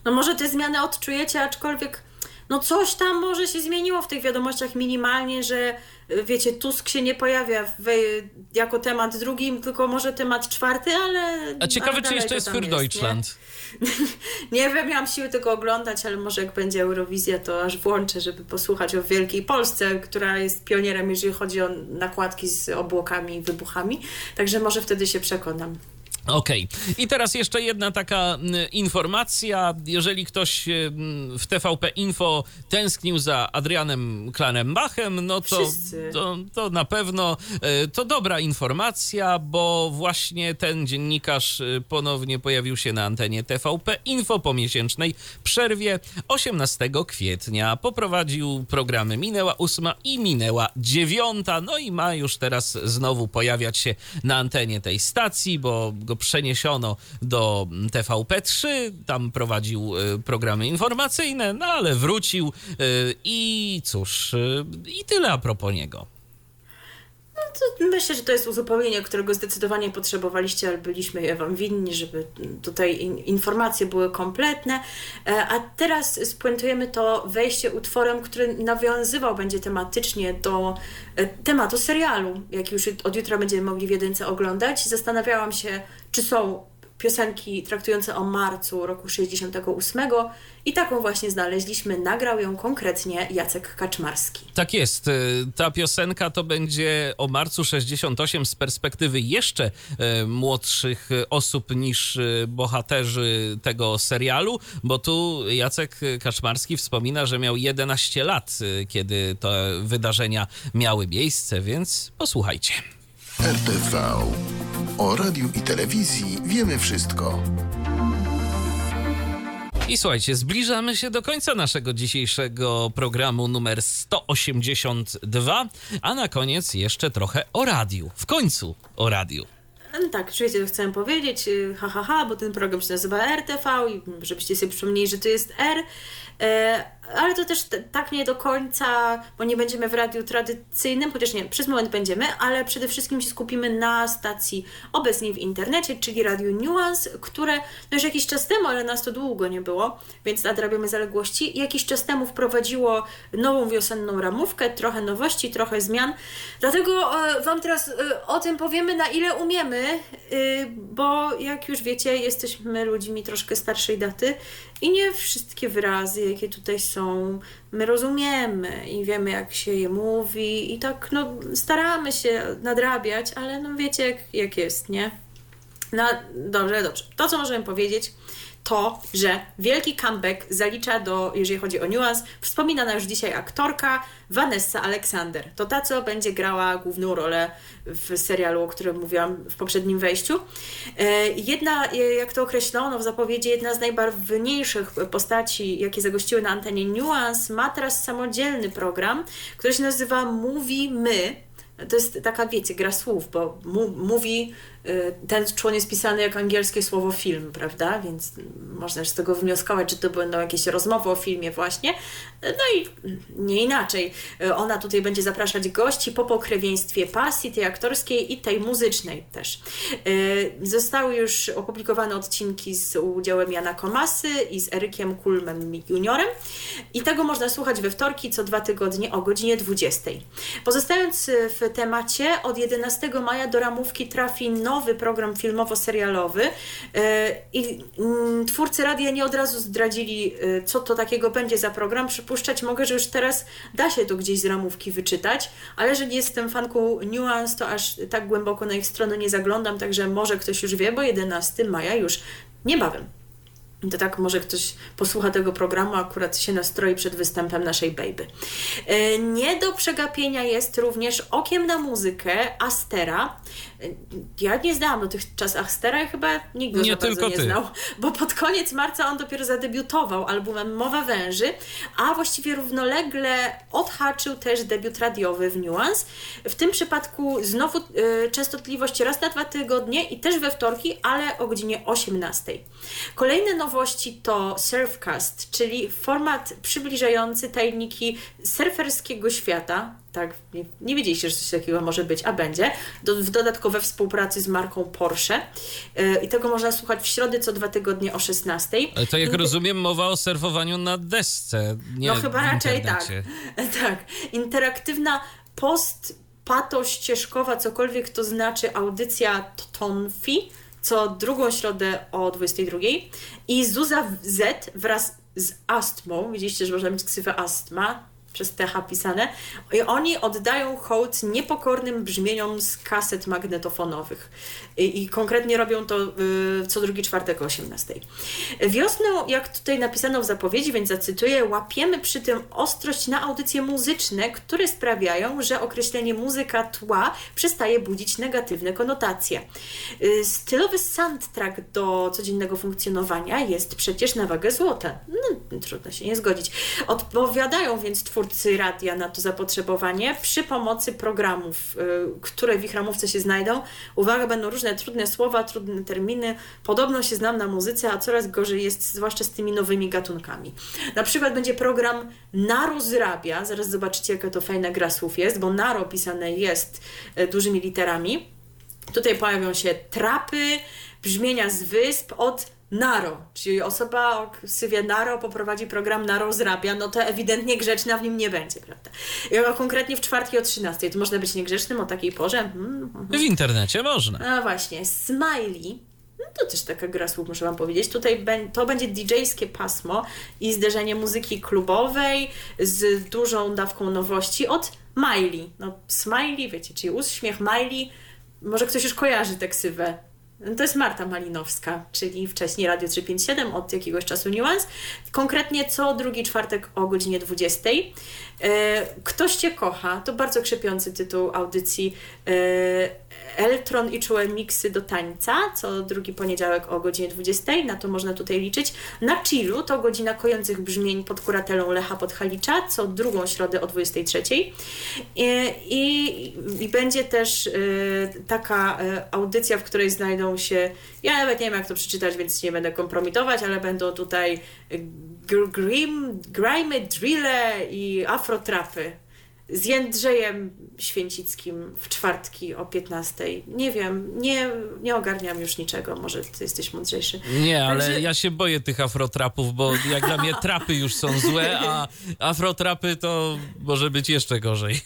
No może te zmiany odczujecie, aczkolwiek no coś tam może się zmieniło w tych wiadomościach minimalnie, że wiecie, Tusk się nie pojawia w, jako temat drugi, tylko może temat czwarty, ale... A ciekawe, ale czy jeszcze jest Für Deutschland. Nie? nie wiem, miałam siły tego oglądać, ale może jak będzie Eurowizja, to aż włączę, żeby posłuchać o Wielkiej Polsce, która jest pionierem, jeżeli chodzi o nakładki z obłokami i wybuchami. Także może wtedy się przekonam. Okej. Okay. I teraz jeszcze jedna taka informacja. Jeżeli ktoś w T V P Info tęsknił za Adrianem Klarenbachem, no to, to, to na pewno to dobra informacja, bo właśnie ten dziennikarz ponownie pojawił się na antenie T V P Info po miesięcznej przerwie osiemnastego kwietnia. Poprowadził programy Minęła ósma i Minęła dziewiąta. No i ma już teraz znowu pojawiać się na antenie tej stacji, bo go przeniesiono do T V P trzy, tam prowadził programy informacyjne, no ale wrócił i cóż, i tyle a propos niego. No to myślę, że to jest uzupełnienie, którego zdecydowanie potrzebowaliście, ale byliśmy je wam winni, żeby tutaj informacje były kompletne. A teraz spuentujemy to wejście utworem, który nawiązywał będzie tematycznie do tematu serialu, jaki już od jutra będziemy mogli w jedynce oglądać. Zastanawiałam się, czy są piosenki traktujące o marcu roku sześćdziesiątego ósmego i taką właśnie znaleźliśmy. Nagrał ją konkretnie Jacek Kaczmarski. Tak jest. Ta piosenka to będzie o marcu sześćdziesiątego ósmego z perspektywy jeszcze młodszych osób niż bohaterzy tego serialu, bo tu Jacek Kaczmarski wspomina, że miał jedenaście lat, kiedy te wydarzenia miały miejsce, więc posłuchajcie. R T V. O radiu i telewizji wiemy wszystko. I słuchajcie, zbliżamy się do końca naszego dzisiejszego programu numer sto osiemdziesiąt dwa, a na koniec jeszcze trochę o radiu. W końcu o radiu. No tak, oczywiście to chcę powiedzieć, ha, ha, ha, bo ten program się nazywa R T V i żebyście sobie przypomnieli, że to jest R, e, ale to też t- tak nie do końca, bo nie będziemy w radiu tradycyjnym, chociaż nie, przez moment będziemy, ale przede wszystkim się skupimy na stacji obecnej w internecie, czyli Radiu Nuance, które no już jakiś czas temu, ale nas to długo nie było, więc nadrabiamy zaległości. Jakiś czas temu wprowadziło nową wiosenną ramówkę, trochę nowości, trochę zmian, dlatego e, wam teraz e, o tym powiemy, na ile umiemy, bo jak już wiecie, jesteśmy ludźmi troszkę starszej daty i nie wszystkie wyrazy, jakie tutaj są, my rozumiemy i wiemy, jak się je mówi i tak no staramy się nadrabiać, ale no wiecie, jak, jak jest, nie? No dobrze, dobrze. To, co możemy powiedzieć, to, że wielki comeback zalicza do, jeżeli chodzi o Nuance, wspominana już dzisiaj aktorka Vanessa Alexander. To ta, co będzie grała główną rolę w serialu, o którym mówiłam w poprzednim wejściu. Jedna, jak to określono w zapowiedzi, jedna z najbarwniejszych postaci, jakie zagościły na antenie Nuance, ma teraz samodzielny program, który się nazywa Mówi My. To jest taka, wiecie, gra słów, bo mu, mówi, ten człon jest pisany jak angielskie słowo film, prawda? Więc można z tego wnioskować, że to będą jakieś rozmowy o filmie właśnie. No i nie inaczej. Ona tutaj będzie zapraszać gości po pokrewieństwie pasji tej aktorskiej i tej muzycznej też. Zostały już opublikowane odcinki z udziałem Jana Komasy i z Erykiem Kulmem juniorem i tego można słuchać we wtorki co dwa tygodnie o godzinie dwudziestej. Pozostając w temacie, od jedenastego maja do ramówki trafi nowy program filmowo-serialowy i twórcy radia nie od razu zdradzili, co to takiego będzie za program. Przypuszczać mogę, że już teraz da się to gdzieś z ramówki wyczytać, ale że nie jestem fanką Nuance, to aż tak głęboko na ich stronę nie zaglądam, także może ktoś już wie, bo jedenastego maja już niebawem. To tak może ktoś posłucha tego programu, akurat się nastroi przed występem naszej Baby. Nie do przegapienia jest również Okiem na muzykę Astera. Ja nie znałam dotychczas Astera i chyba nikt go nie, bardzo nie znał, bo pod koniec marca on dopiero zadebiutował albumem Mowa Węży, a właściwie równolegle odhaczył też debiut radiowy w Nuance. W tym przypadku znowu y, częstotliwość raz na dwa tygodnie i też we wtorki, ale o godzinie osiemnastej. Kolejne nowości to Surfcast, czyli format przybliżający tajniki surferskiego świata. Tak, nie, nie wiedzieliście, że coś takiego może być, a będzie. Do, w dodatkowe współpracy z marką Porsche. Yy, I tego można słuchać w środę co dwa tygodnie o szesnastej. Ale to jak Inter- rozumiem, mowa o surfowaniu na desce, nie No chyba w raczej tak. internecie. Tak. Interaktywna post pato ścieżkowa, cokolwiek to znaczy, audycja Tonfi, co drugą środę o dwudziestej drugiej. I Zuza Z wraz z Astmą, widzieliście, że można mieć ksywę Astma, przez T H pisane, i oni oddają hołd niepokornym brzmieniom z kaset magnetofonowych. I, i konkretnie robią to y, co drugi czwartek o osiemnastej. Wiosną, jak tutaj napisano w zapowiedzi, więc zacytuję, łapiemy przy tym ostrość na audycje muzyczne, które sprawiają, że określenie muzyka tła przestaje budzić negatywne konotacje. Y, stylowy soundtrack do codziennego funkcjonowania jest przecież na wagę złota. No, trudno się nie zgodzić. Odpowiadają więc twórcy radia na to zapotrzebowanie przy pomocy programów, y, które w ich ramówce się znajdą. Uwaga, będą różne trudne słowa, trudne terminy. Podobno się znam na muzyce, a coraz gorzej jest zwłaszcza z tymi nowymi gatunkami. Na przykład będzie program Naro zrabia. Zaraz zobaczycie, jaka to fajna gra słów jest, bo Naro pisane jest y, dużymi literami. Tutaj pojawią się trapy, brzmienia z wysp od Naro, czyli osoba o ksywie Naro poprowadzi program Naro zrabia, no to ewidentnie grzeczna w nim nie będzie, prawda? I konkretnie w czwartki o trzynastej, to można być niegrzecznym o takiej porze? Hmm, hmm. W internecie można. No właśnie, Smiley, no to też taka gra słów, muszę wam powiedzieć. Tutaj to będzie didżejskie pasmo i zderzenie muzyki klubowej z dużą dawką nowości od Miley. No Smiley, wiecie, czyli uśmiech Miley, może ktoś już kojarzy tę ksywę. To jest Marta Malinowska, czyli wcześniej Radio trzysta pięćdziesiąt siedem, od jakiegoś czasu Nuance. Konkretnie co drugi czwartek o godzinie dwudziestej. Ktoś Cię kocha, to bardzo krzepiący tytuł audycji. Eltron i czułe miksy do tańca, co drugi poniedziałek o godzinie dwudziestej, na to można tutaj liczyć. Na chillu to godzina kojących brzmień pod kuratelą Lecha Podhalicza, co drugą środę o dwudziestej trzeciej. I, i, i będzie też y, taka y, audycja, w której znajdą się, ja nawet nie wiem jak to przeczytać, więc nie będę kompromitować, ale będą tutaj grim, grimy, drille i afrotrapy. Z Jędrzejem Święcickim w czwartki o piętnastej. Nie wiem, nie, nie ogarniam już niczego, może ty jesteś mądrzejszy. Nie, ale Także... ja się boję tych afrotrapów, bo jak dla mnie trapy już są złe, a afrotrapy to może być jeszcze gorzej.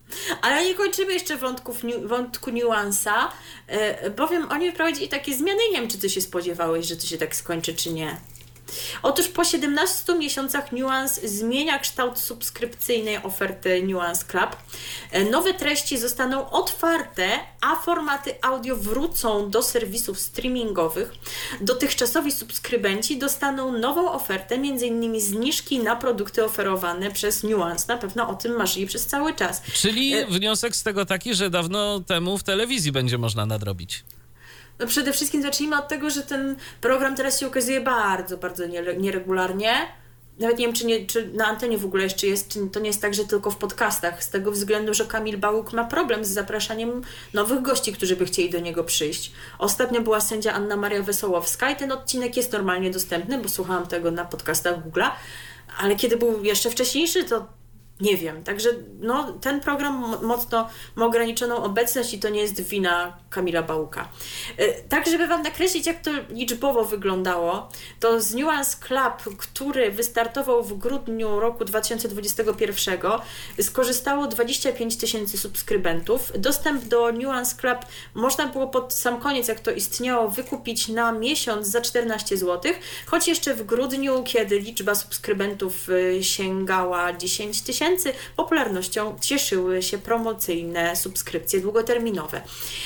Ale nie kończymy jeszcze wątków, wątku niuansa, bowiem oni wprowadzili takie zmiany. Nie wiem, czy ty się spodziewałeś, że to się tak skończy, czy nie. Otóż po siedemnastu miesiącach Nuance zmienia kształt subskrypcyjnej oferty Nuance Club. Nowe treści zostaną otwarte, a formaty audio wrócą do serwisów streamingowych. Dotychczasowi subskrybenci dostaną nową ofertę, m.in. zniżki na produkty oferowane przez Nuance. Na pewno o tym marzyli przez cały czas. Czyli wniosek z tego taki, że dawno temu w telewizji będzie można nadrobić. No przede wszystkim zacznijmy od tego, że ten program teraz się ukazuje bardzo, bardzo nieregularnie. Nawet nie wiem, czy, nie, czy na antenie w ogóle jeszcze jest, czy to nie jest tak, że tylko w podcastach, z tego względu, że Kamil Bałuk ma problem z zapraszaniem nowych gości, którzy by chcieli do niego przyjść. Ostatnio była sędzia Anna Maria Wesołowska i ten odcinek jest normalnie dostępny, bo słuchałam tego na podcastach Google'a, ale kiedy był jeszcze wcześniejszy, to nie wiem, także no, ten program mocno ma ograniczoną obecność i to nie jest wina Kamila Bałuka. Tak, żeby wam nakreślić, jak to liczbowo wyglądało, to z Nuance Club, który wystartował w grudniu roku dwa tysiące dwudziestego pierwszego, skorzystało dwadzieścia pięć tysięcy subskrybentów. Dostęp do Nuance Club można było pod sam koniec, jak to istniało, wykupić na miesiąc za czternaście złotych, choć jeszcze w grudniu, kiedy liczba subskrybentów sięgała dziesięć tysięcy, popularnością cieszyły się promocyjne subskrypcje długoterminowe.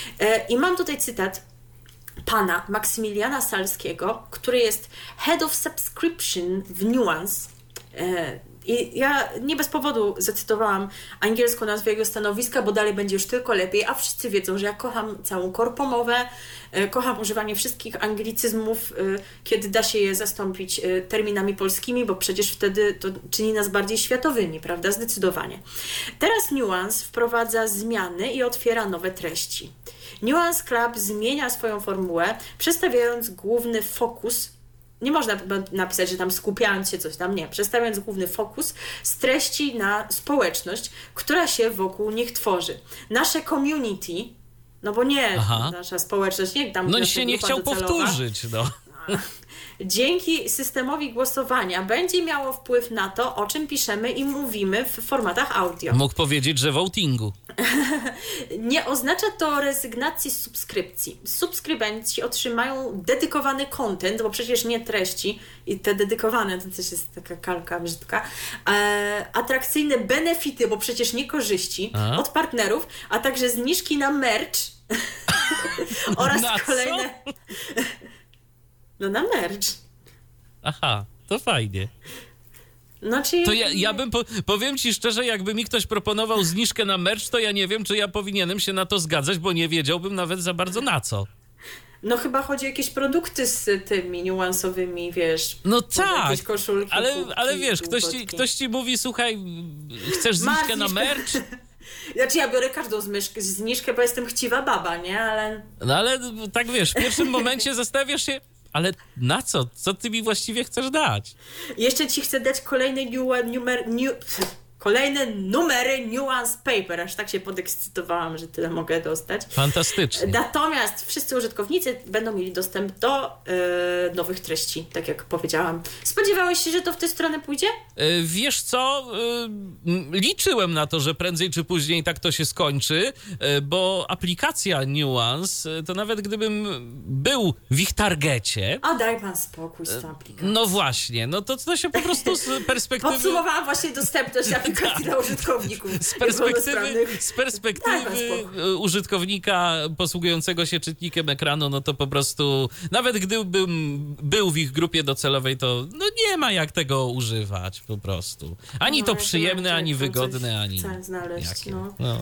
I mam tutaj cytat pana Maksymiliana Salskiego, który jest Head of Subscription w Nuance. I ja nie bez powodu zacytowałam angielską nazwę jego stanowiska, bo dalej będzie już tylko lepiej, a wszyscy wiedzą, że ja kocham całą korpomowę, kocham używanie wszystkich anglicyzmów, kiedy da się je zastąpić terminami polskimi, bo przecież wtedy to czyni nas bardziej światowymi, prawda? Zdecydowanie. Teraz Nuance wprowadza zmiany i otwiera nowe treści. Nuance Club zmienia swoją formułę, przestawiając główny fokus nie można napisać, że tam skupiając się coś tam, nie. Przestawiając główny fokus z treści na społeczność, która się wokół nich tworzy. Nasze community, no bo nie Aha. nasza społeczność, nie tam... No i się nie chciał docelowa, powtórzyć, no. Dzięki systemowi głosowania będzie miało wpływ na to, o czym piszemy i mówimy w formatach audio. Mógł powiedzieć, że votingu. Nie oznacza to rezygnacji z subskrypcji. Subskrybenci otrzymają dedykowany content, bo przecież nie treści, i te dedykowane, to też jest taka kalka brzydka, e, atrakcyjne benefity, bo przecież nie korzyści a? od partnerów, a także zniżki na merch oraz na kolejne... Co? No na merch. Aha, to fajnie. No, czyli... To ja, ja bym, po, powiem ci szczerze, jakby mi ktoś proponował zniżkę na merch, to ja nie wiem, czy ja powinienem się na to zgadzać, bo nie wiedziałbym nawet za bardzo na co. No chyba chodzi o jakieś produkty z tymi niuansowymi, wiesz. No tak, jakieś koszulki, ale, kubki, ale wiesz, ktoś ci, ktoś ci mówi, słuchaj, chcesz zniżkę na merch? Znaczy ja biorę każdą zniżkę, bo jestem chciwa baba, nie? Ale... No ale tak wiesz, w pierwszym momencie zastanawiasz się, ale na co? Co ty mi właściwie chcesz dać? Jeszcze ci chcę dać kolejny numer, numer, new, kolejne numery Nuance Paper. Aż tak się podekscytowałam, że tyle mogę dostać. Fantastycznie. Natomiast wszyscy użytkownicy będą mieli dostęp do yy, nowych treści, tak jak powiedziałam. Spodziewałeś się, że to w tę stronę pójdzie? Yy, wiesz co? Yy, liczyłem na to, że prędzej czy później tak to się skończy, yy, bo aplikacja Nuance, yy, to nawet gdybym był w ich targecie... A daj pan spokój z tą aplikacją. No właśnie, no to, to się po prostu z perspektywy... Podsumowałam właśnie dostępność aplikacji dla użytkowników. Z perspektywy, z perspektywy użytkownika posługującego się czytnikiem ekranu, no to po prostu nawet gdybym był w ich grupie docelowej, to no nie ma jak tego używać po prostu. Ani no, to przyjemne, ani wygodne, ani... Chcę znaleźć, jakie. no. no.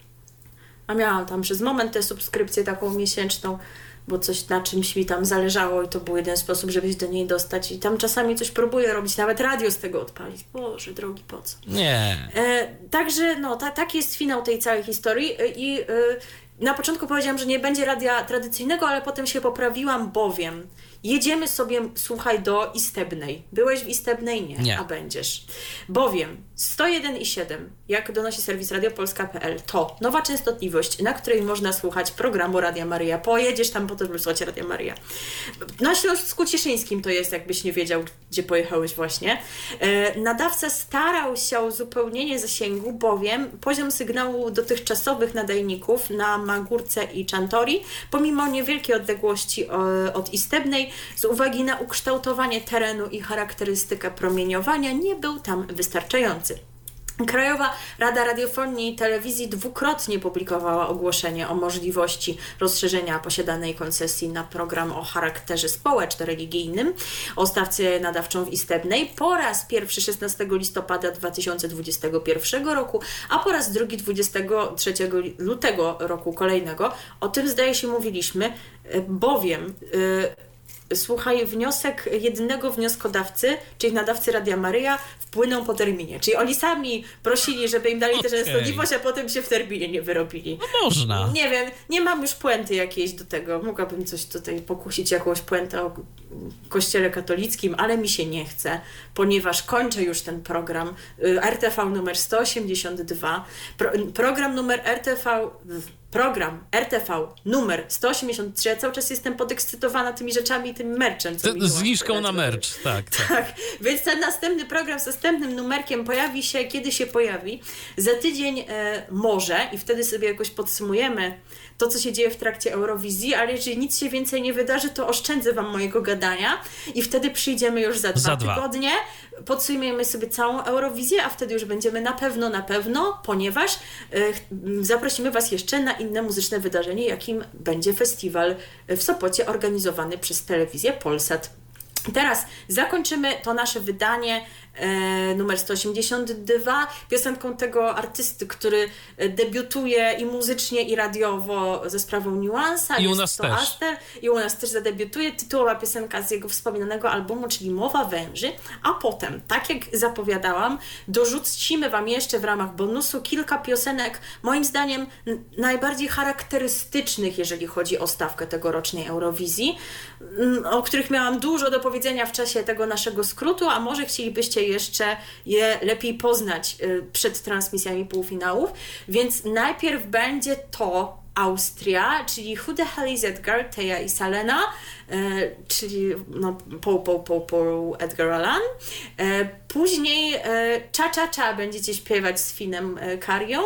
A miałam tam przez moment tę subskrypcję taką miesięczną, bo coś na czymś mi tam zależało i to był jeden sposób, żeby się do niej dostać. I tam czasami coś próbuję robić, nawet radio z tego odpalić. Boże drogi, po co? Nie. E, także no, ta, taki jest finał tej całej historii i e, na początku powiedziałam, że nie będzie radia tradycyjnego, ale potem się poprawiłam, bowiem jedziemy sobie, słuchaj, do Istebnej. Byłeś w Istebnej? Nie. Nie. A będziesz. Bowiem sto jeden i siedem, jak donosi serwis radiopolska kropka p l, to nowa częstotliwość, na której można słuchać programu Radia Maryja. Pojedziesz tam po to, żeby słuchać Radia Maryja. Na Śląsku Cieszyńskim to jest, jakbyś nie wiedział, gdzie pojechałeś właśnie. E, nadawca starał się o uzupełnienie zasięgu, bowiem poziom sygnału dotychczasowych nadajników na Magórce i Czantori, pomimo niewielkiej odległości o, od Istebnej, z uwagi na ukształtowanie terenu i charakterystykę promieniowania, nie był tam wystarczający. Krajowa Rada Radiofonii i Telewizji dwukrotnie publikowała ogłoszenie o możliwości rozszerzenia posiadanej koncesji na program o charakterze społeczno-religijnym o stawce nadawczą w Istebnej. Po raz pierwszy szesnastego listopada dwa tysiące dwudziestego pierwszego roku, a po raz drugi dwudziestego trzeciego lutego roku kolejnego. O tym zdaje się mówiliśmy, bowiem... Yy, Słuchaj, wniosek jednego wnioskodawcy, czyli nadawcy Radia Maryja, wpłynął po terminie. Czyli oni sami prosili, żeby im dali tę okay. częstotliwość, a potem się w terminie nie wyrobili. No można. Nie wiem, nie mam już puenty jakiejś do tego. Mogłabym coś tutaj pokusić, jakąś puentę o kościele katolickim, ale mi się nie chce, ponieważ kończę już ten program. R T V numer sto osiemdziesiąt dwa. Pro, program numer R T V... Program R T V numer sto osiemdziesiąt trzy. Ja cały czas jestem podekscytowana tymi rzeczami i tym merchem. Co z zniżką na merch, tak, tak. Tak, więc ten następny program z następnym numerkiem pojawi się, kiedy się pojawi. Za tydzień e, może i wtedy sobie jakoś podsumujemy to, co się dzieje w trakcie Eurowizji, ale jeżeli nic się więcej nie wydarzy, to oszczędzę wam mojego gadania i wtedy przyjdziemy już za dwa za dwa. tygodnie. Podsumujemy sobie całą Eurowizję, a wtedy już będziemy na pewno, na pewno, ponieważ e, zaprosimy was jeszcze na inne muzyczne wydarzenie, jakim będzie festiwal w Sopocie organizowany przez telewizję Polsat. Teraz zakończymy to nasze wydanie e, numer sto osiemdziesiąt dwa, piosenką tego artysty, który debiutuje i muzycznie, i radiowo ze sprawą Nuansa. I u nas też. Aster, I u nas też zadebiutuje. Tytułowa piosenka z jego wspominanego albumu, czyli Mowa Węży. A potem, tak jak zapowiadałam, dorzucimy Wam jeszcze w ramach bonusu kilka piosenek, moim zdaniem n- najbardziej charakterystycznych, jeżeli chodzi o stawkę tegorocznej Eurowizji, m, o których miałam dużo do powiedzenia w czasie tego naszego skrótu, a może chcielibyście jeszcze je lepiej poznać y, przed transmisjami półfinałów. Więc najpierw będzie to Austria, czyli Who the Hell is Edgar, Teja i Salena, e, czyli no, Paul, Paul, Paul, Paul, Edgar Allan. E, później e, Cha Cha Cha będziecie śpiewać z Finem e, Karią.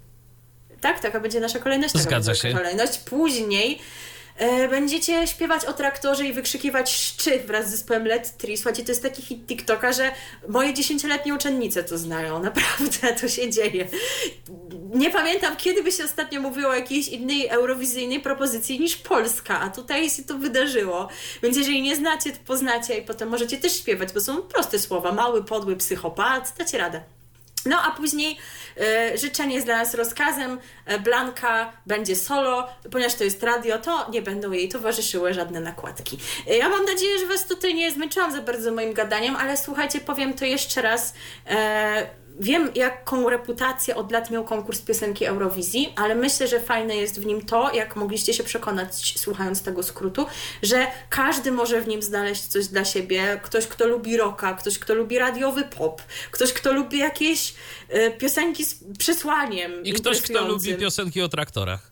Tak, taka będzie nasza kolejność. Taka Zgadza będzie się. Kolejność. Później e, będziecie śpiewać o traktorze i wykrzykiwać szczy wraz z zespołem Let Tree. Słuchajcie, to jest taki hit TikToka, że moje dziesięcioletnie uczennice to znają. Naprawdę to się dzieje. Nie pamiętam, kiedy by się ostatnio mówiło o jakiejś innej eurowizyjnej propozycji niż Polska, a tutaj się to wydarzyło. Więc jeżeli nie znacie, to poznacie i potem możecie też śpiewać, bo są proste słowa. Mały, podły psychopat, dacie radę. No a później e, życzenie jest dla nas rozkazem. E, Blanka będzie solo, ponieważ to jest radio, to nie będą jej towarzyszyły żadne nakładki. E, ja mam nadzieję, że Was tutaj nie zmęczyłam za bardzo moim gadaniem, ale słuchajcie, powiem to jeszcze raz. E, Wiem, jaką reputację od lat miał konkurs piosenki Eurowizji, ale myślę, że fajne jest w nim to, jak mogliście się przekonać, słuchając tego skrótu, że każdy może w nim znaleźć coś dla siebie. Ktoś, kto lubi rocka, ktoś, kto lubi radiowy pop, ktoś, kto lubi jakieś y, piosenki z przesłaniem. I ktoś, kto lubi piosenki o traktorach.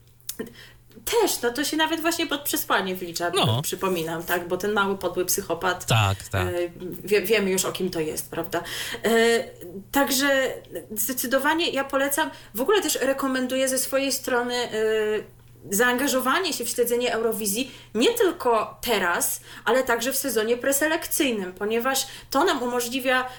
Też, no to się nawet właśnie pod przesłanie wlicza, No. przypominam, tak, bo ten mały, podły psychopat, Tak, tak. e, wie, wiemy już, o kim to jest, prawda? E, także zdecydowanie ja polecam, w ogóle też rekomenduję ze swojej strony e, zaangażowanie się w śledzenie Eurowizji nie tylko teraz, ale także w sezonie preselekcyjnym, ponieważ to nam umożliwia e,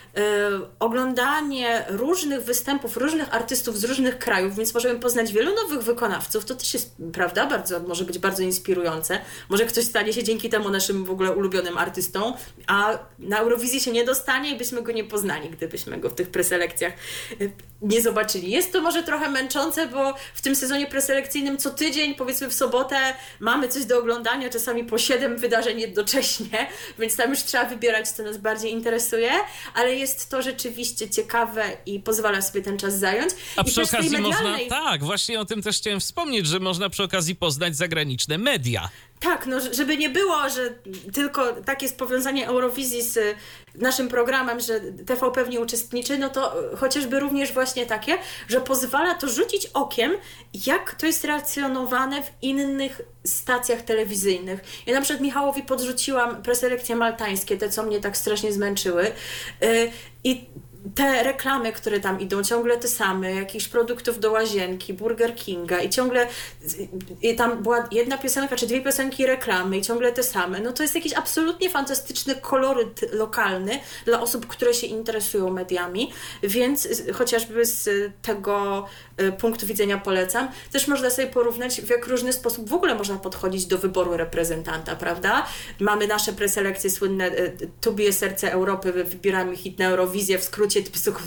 oglądanie różnych występów, różnych artystów z różnych krajów, więc możemy poznać wielu nowych wykonawców. To też jest, prawda, bardzo, może być bardzo inspirujące. Może ktoś stanie się dzięki temu naszym w ogóle ulubionym artystą, a na Eurowizji się nie dostanie i byśmy go nie poznali, gdybyśmy go w tych preselekcjach e, nie zobaczyli. Jest to może trochę męczące, bo w tym sezonie preselekcyjnym co tydzień, powiedzmy w sobotę, mamy coś do oglądania, czasami po siedem wydarzeń jednocześnie, więc tam już trzeba wybierać, co nas bardziej interesuje, ale jest to rzeczywiście ciekawe i pozwala sobie ten czas zająć. A I przy też okazji tej można, medialnej- tak, właśnie o tym też chciałem wspomnieć, że można przy okazji poznać zagraniczne media. Tak, no żeby nie było, że tylko takie jest powiązanie Eurowizji z naszym programem, że T V P w niej uczestniczy, no to chociażby również właśnie takie, że pozwala to rzucić okiem, jak to jest relacjonowane w innych stacjach telewizyjnych. Ja na przykład Michałowi podrzuciłam preselekcje maltańskie, te co mnie tak strasznie zmęczyły yy, i te reklamy, które tam idą, ciągle te same, jakichś produktów do łazienki, Burger Kinga i ciągle i tam była jedna piosenka, czy dwie piosenki reklamy i ciągle te same. No to jest jakiś absolutnie fantastyczny koloryt lokalny dla osób, które się interesują mediami, więc chociażby z tego punktu widzenia polecam. Też można sobie porównać, w jak różny sposób w ogóle można podchodzić do wyboru reprezentanta, prawda? Mamy nasze preselekcje słynne Tubie Serce Europy, wybieramy hit na Eurowizję, w skrócie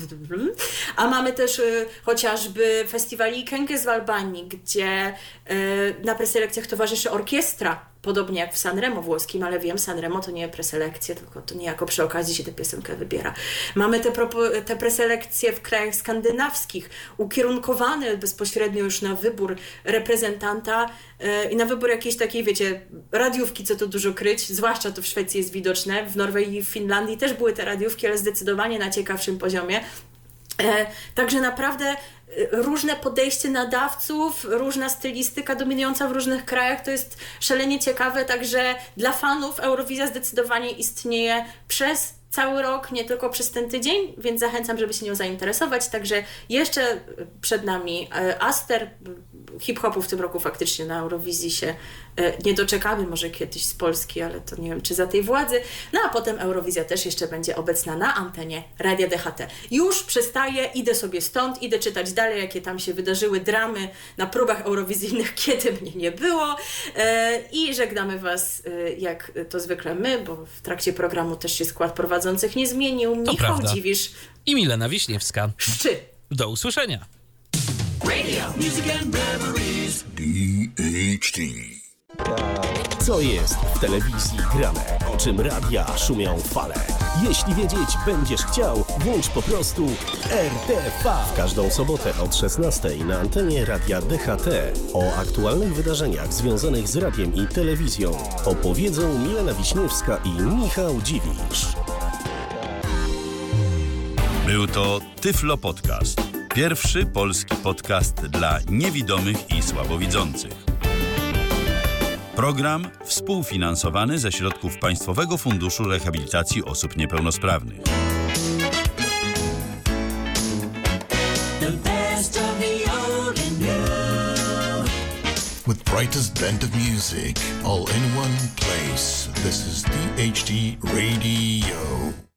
a mamy też y, chociażby festiwal Ikenke z Albanii, gdzie y, na preselekcjach towarzyszy orkiestra, podobnie jak w Sanremo włoskim, ale wiem, Sanremo to nie preselekcje, tylko to niejako przy okazji się tę piosenkę wybiera. Mamy te, propo- te preselekcje w krajach skandynawskich, ukierunkowane bezpośrednio już na wybór reprezentanta yy, i na wybór jakiejś takiej, wiecie, radiówki, co tu dużo kryć, zwłaszcza to w Szwecji jest widoczne, w Norwegii i w Finlandii też były te radiówki, ale zdecydowanie na ciekawszym poziomie. E, także naprawdę różne podejście nadawców, różna stylistyka dominująca w różnych krajach, to jest szalenie ciekawe, także dla fanów Eurowizja zdecydowanie istnieje przez cały rok, nie tylko przez ten tydzień, więc zachęcam, żeby się nią zainteresować. Także jeszcze przed nami Aster, hip-hopu w tym roku faktycznie na Eurowizji się nie doczekamy, może kiedyś z Polski, ale to nie wiem, czy za tej władzy. No a potem Eurowizja też jeszcze będzie obecna na antenie Radia D H T. Już przestaję, idę sobie stąd, idę czytać dalej, jakie tam się wydarzyły dramy na próbach eurowizyjnych, kiedy mnie nie było. I żegnamy Was, jak to zwykle my, bo w trakcie programu też się skład prowadzących nie zmienił. To Michał prawda. Dziwisz I Milena Wiśniewska. Szczy. Do usłyszenia. Radio, music and memories. D H T. Co jest w telewizji grane? O czym radia szumią fale? Jeśli wiedzieć będziesz chciał, włącz po prostu R T V. W każdą sobotę od szesnastej na antenie Radia D H T o aktualnych wydarzeniach związanych z radiem i telewizją opowiedzą Milena Wiśniewska i Michał Dziwisz. Był to Tyflo Podcast. Pierwszy polski podcast dla niewidomych i słabowidzących. Program współfinansowany ze środków Państwowego Funduszu Rehabilitacji Osób Niepełnosprawnych. The best of the old and new. With brightest blend of music, all in one place. This is D H T Radio.